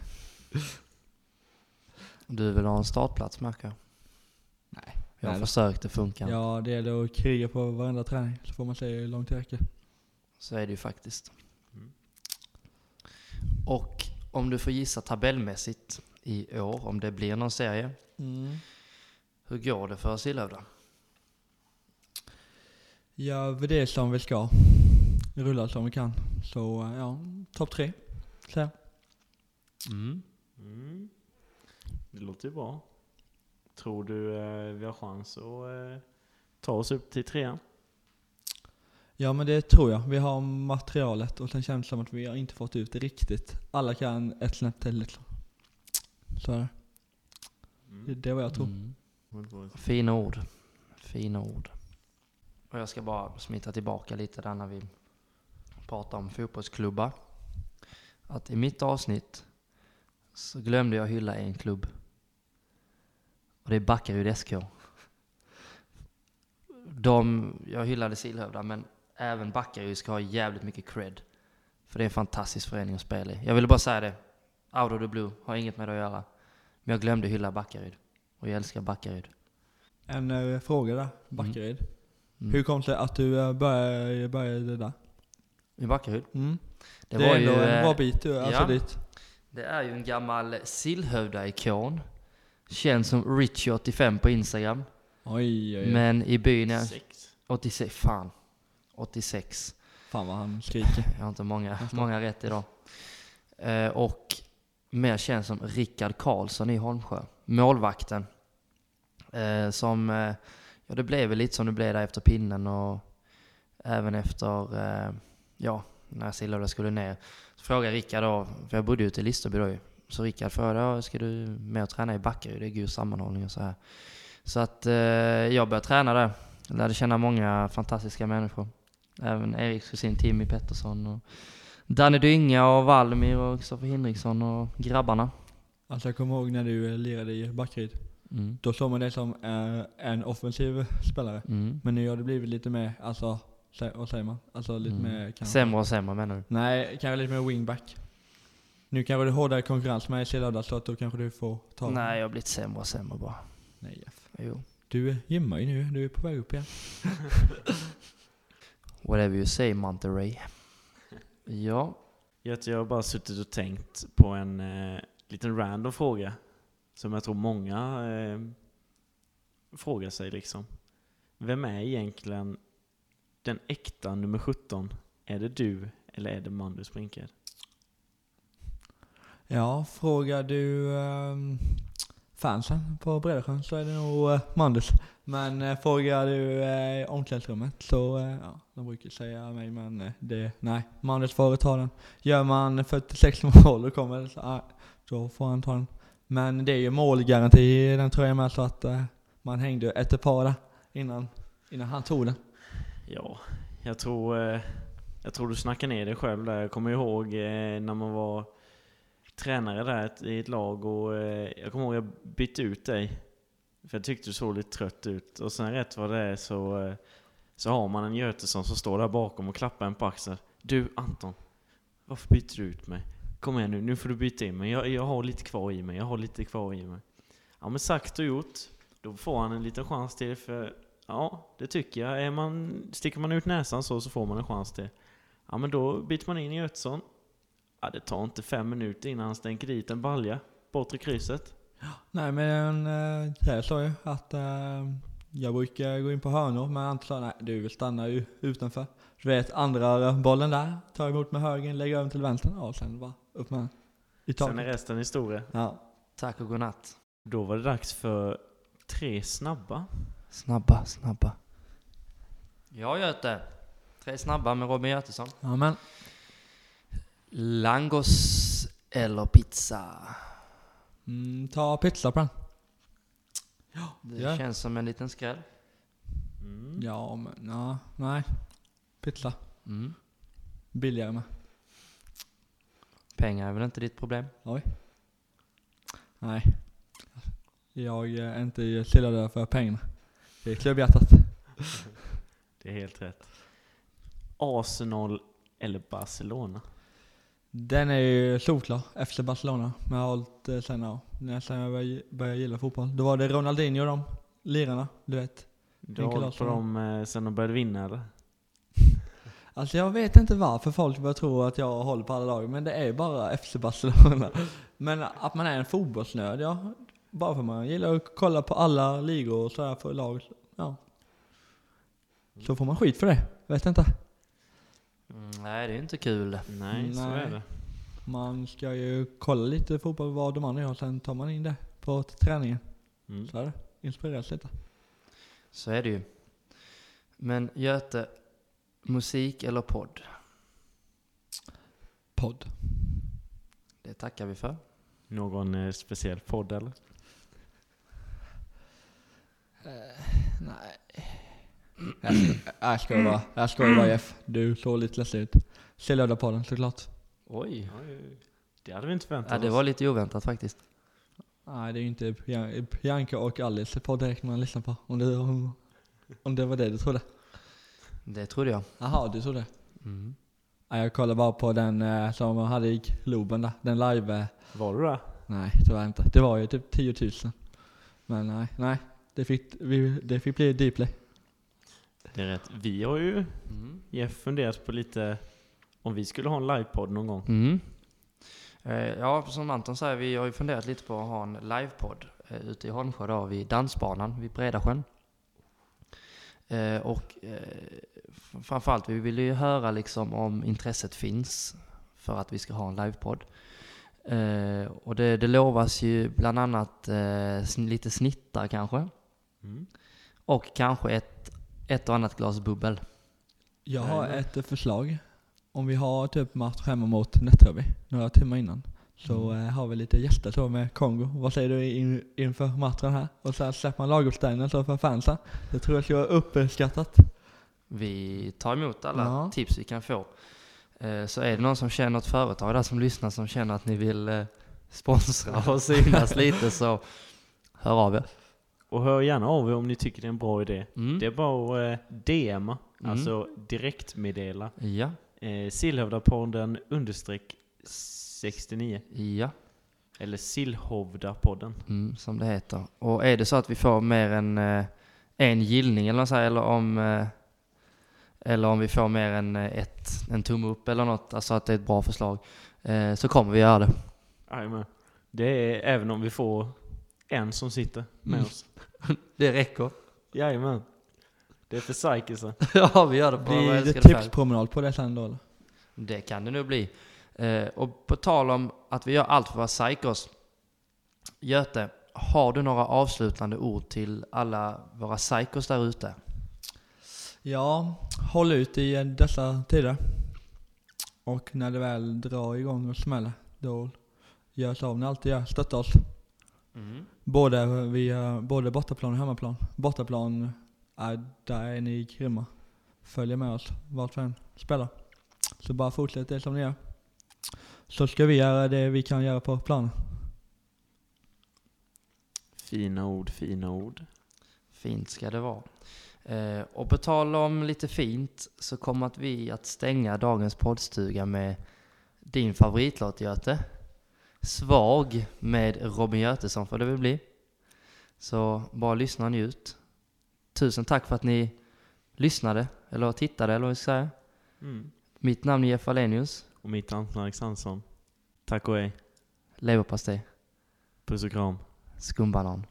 Du vill ha en startplats, märker jag. Nej. Jag har Nej, försökt, det funkar. Ja, det gäller att kriga på varenda träning så får man se hur långt det räcker. Så är det ju faktiskt. Mm. Och om du får gissa tabellmässigt i år, om det blir någon serie, Mm. hur går det för Sillhövda? Gör vi det som vi ska. Rullar som vi kan. Så eh, ja, topp tre. Så. Mm. Mm. Det låter ju bra. Tror du eh, vi har chans att eh, ta oss upp till trean? Ja men det tror jag. Vi har materialet och sen känns det som att vi har inte fått ut det riktigt. Alla kan ett snäpp till liksom. Så är det. Det, det är vad jag tror. Mm. Fina ord. Fina ord. Och jag ska bara smita tillbaka lite där när vi pratar om fotbollsklubbar. Att i mitt avsnitt så glömde jag hylla en klubb. Och det är Backaryd S K. De, jag hyllade Sillhövda, men även Backaryd ska ha jävligt mycket cred. För det är en fantastisk förening att spela i. Jag ville bara säga det. Out of the blue. Har inget med det att göra. Men jag glömde hylla Backaryd. Och jag älskar Backaryd. En uh, fråga där, Backaryd. Mm. Hur kom det att du uh, började, började där? I Backaryd? Mm. Det, Det, var är ju ändå en eh, bra bit, du, alltså ja. dit. Det är ju en gammal Sillhövda-ikon. Känns som Richie åttiofem på Instagram. Oj, oj, oj. Men i byn är Sex. åttiosex. Fan. åttiosex. Fan vad han skriker. Jag har inte många, många rätt idag. Eh, och mer känns som Rickard Karlsson i Holmsjö. Målvakten. Eh, som, eh, ja det blev väl lite som det blev där efter pinnen och även efter, eh, ja, när Sillhövda skulle ner. Så frågade Rickard då, för jag bodde ute i Listerby då ju. Så Rickard frågade, ja, ska du med och träna i Backaryd? Det är god sammanhållning och så här. Så att eh, jag började träna där. Jag lärde känna många fantastiska människor. Även Eriks kusin Timmy Pettersson och Danny Dynga och Valmir och Kristoffer Hinriksson och grabbarna. Alltså jag kommer ihåg när du lirade i Backaryd. Mm. Då såg man det som eh, en offensiv spelare. Mm. Men nu har det blivit lite mer, alltså, sä- vad säger man? Alltså lite Mm. mer kanske. Sämre och sämre menar du? Nej, kanske lite mer wingback. Nu kanske det är hårdare konkurrens med Sillhövda så att då kanske du får ta. Nej, jag har blivit sämre och sämre bara. Nej, Jeff. Jo. Du gymmar ju nu, du är på väg upp igen. Whatever you say, Monterey. Ja. Jag har bara suttit och tänkt på en eh, liten random fråga som jag tror många eh, frågar sig liksom. Vem är egentligen den äkta nummer sjutton? Är det du eller är det Mandus Brinkhed? Ja, frågar du um, fansen på Bredasjön så är det nog uh, Mandus. Men uh, frågar du uh, omklädningsrummet så, uh, ja, de brukar säga mig, men uh, det, nej, Mandus får ta den. Gör man fyrtiosex mål och kommer så, uh, då får han ta den. Men det är ju målgaranti i den tror jag med, så att uh, man hängde ett par där innan, innan han tog den. Ja, jag tror, eh, jag tror du snackar ner dig själv där. Jag kommer ihåg eh, när man var tränare där i ett lag och eh, jag kommer ihåg att jag bytte ut dig. För jag tyckte du såg lite trött ut. Och sen rätt vad det är så, eh, så har man en Götesson som står där bakom och klappar en på axeln. Du Anton, varför byter du ut mig? Kom igen nu, nu får du byta in mig. Jag, jag har lite kvar i mig, jag har lite kvar i mig. Ja men sagt och gjort, då får han en liten chans till för... Ja, det tycker jag. Är man, sticker man ut näsan så, så får man en chans till. Ja, men då byter man in i Götesson. Ja, det tar inte fem minuter innan han stänker dit en balja. Bortre krysset. Nej, men äh, jag sa ju att äh, jag brukar gå in på hörnor, men Anton sa nej, du stannar ju utanför. Du vet, andra bollen där, tar emot med högen, lägger över till vänster och sen bara upp med i taget. Sen är resten historia. Ja. Tack och godnatt. Då var det dags för tre snabba. Snabba, snabba. Ja, Göte. Tre snabba med Robin Götesson. Ja, men. Langos eller pizza? Mm, ta pizza på den. Det Ja. känns som en liten skräll. Mm. Ja, men ja, nej. Pizza. Mm. Billigare med. Pengar är väl inte ditt problem? Oj. Nej. Jag är inte Sillhövda för pengarna. Det är klubbhjärtat. Det är helt rätt. Arsenal eller Barcelona? Den är ju solklar efter Barcelona. Men jag har hållit eh, sen, ja, när sen jag började- började gilla fotboll. Då var det Ronaldinho och de lirarna, du vet. Du har hållit på dem eh, sen de började vinna eller? Alltså jag vet inte varför folk börjar tro att jag håller på alla lag, men det är bara F C Barcelona. Men att man är en fotbollsnörd, ja. Bara för man gillar att kolla på alla ligor och sådär för lag, ja. Så får man skit för det, vet inte. Mm, nej, det är inte kul. Nej, så Nej. är det. Man ska ju kolla lite fotboll vad de andra gör, sen tar man in det på träningen. Mm. Så är det, inspireras lite. Så är det ju. Men Göte, musik eller podd? Podd. Det tackar vi för. Någon eh, speciell podd eller? Nej. Jag ska, jag ska vara, jag ska vara Jeff. Du såg lite ledsen ut. Sillhövda-podden såklart. Oj. Oj, det hade vi inte förväntat Ja, det oss. var lite oväntat faktiskt. Nej, det är ju inte Bian- Bianca och Alice podd direkt man lyssnar på. Om det, om, om det var det du trodde. Det trodde jag. Jaha, du trodde. Mm. Ja, jag kollade bara på den eh, som man hade i Globen där. Den live. Eh, Var du där? nej, det var inte. Det var ju typ tio tusen. Men nej, nej. Det fick, vi, det fick bli Dplay. Det är rätt. Vi har ju Mm. Jeff funderat på lite om vi skulle ha en livepodd någon gång. Mm. Eh, ja, som Anton säger, vi har ju funderat lite på att ha en livepodd eh, ute i Holmsjö då, vid dansbanan vid Bredasjön. Eh, och eh, framförallt, vi vill ju höra liksom om intresset finns för att vi ska ha en livepodd. Eh, och det, det lovas ju bland annat eh, sn- lite snittar kanske. Mm. Och kanske ett, ett och annat glas bubbel. Jag har Jajamän. ett förslag. Om vi har typ match hemma mot Nättraby några timmar innan, så Mm. eh, har vi lite gäster så med Kongo. Vad säger du in, inför matchen här? Och så här släpper man laguppställningen så för fansen. Det tror jag ska vara uppskattat. Vi tar emot alla Ja. tips vi kan få. Eh, så är det någon som känner ett företag där som lyssnar som känner att ni vill eh, sponsra och synas lite, så hör av er. Och hör gärna av er om ni tycker det är en bra idé. Mm. Det är bara att eh, D M, Mm. alltså direktmeddela. Ja, Eh, Sillhövdapodden understreck sextionio. ja. Eller Sillhovdapodden. Mm, som det heter. Och är det så att vi får mer än eh, en gillning eller så här, eller om eh, eller om vi får mer än eh, ett, en tumme upp eller något, alltså att det är ett bra förslag, eh, så kommer vi göra det. Jajamän. Det är även om vi får en som sitter med Mm. oss. Det räcker. Jajamän. Det är för psykisen. Ja, vi gör det på våra Blir det älskade fans. tipspromenad på det sen då eller? Det kan det nog bli. Eh, och på tal om att vi gör allt för att vara psykos. Göte, har du några avslutande ord till alla våra psykos där ute? Ja, håll ut i eh, dessa tider. Och när det väl drar igång och smäller, då gör så om ni alltid gör. Stötta oss. Mm. Både, via, både bortaplan och hemmaplan. Bortaplan, är, där är ni grymma. Följ med oss vart vi än spelar. Så bara fortsätt det som ni gör. Så ska vi göra det vi kan göra på planen. Fina ord, fina ord. Fint ska det vara. Eh, och på tal om lite fint så kommer att vi att stänga dagens poddstuga med din favoritlåt, Göte. Svag med Robin Götesson får det väl bli. Så bara lyssna och njut. Tusen tack för att ni lyssnade eller tittade eller vad vi ska säga. Mm. Mitt namn är Jeff Alenius. Och mitt Anton Alexandersson. Tack och hej. Leverpastej. Puss och kram. Skumbanan.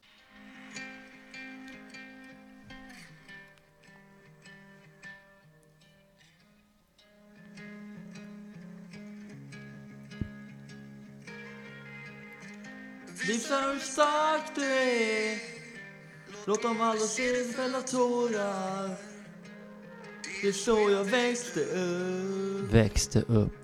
Visa hur stark du är. Låt dem alla se fälla tårar. Det är så jag växte upp. Växte upp.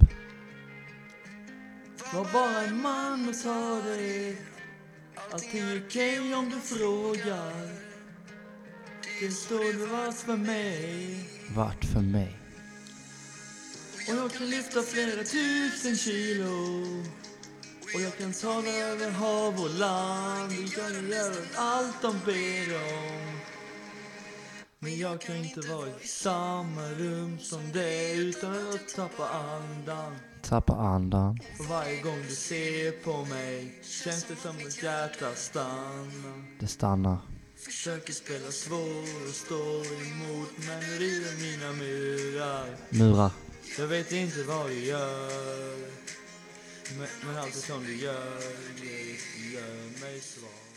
Var bara en man och ta det. Allting är okej om du frågar. Det står du vart för mig. Vart för mig. Och jag kan lyfta flera tusen kilo. Och jag kan ta dig över hav och land. Jag kan göra allt de ber om. Men jag kan inte vara i samma rum som dig utan att tappa andan. Tappa andan. Och varje gång du ser på mig känns det som ett hjärta stannar. Det stannar. Försöker spela svår och stå emot, men nu river mina murar. Murar. Jag vet inte vad du gör, men, men allt som du gör, det gör mig svag.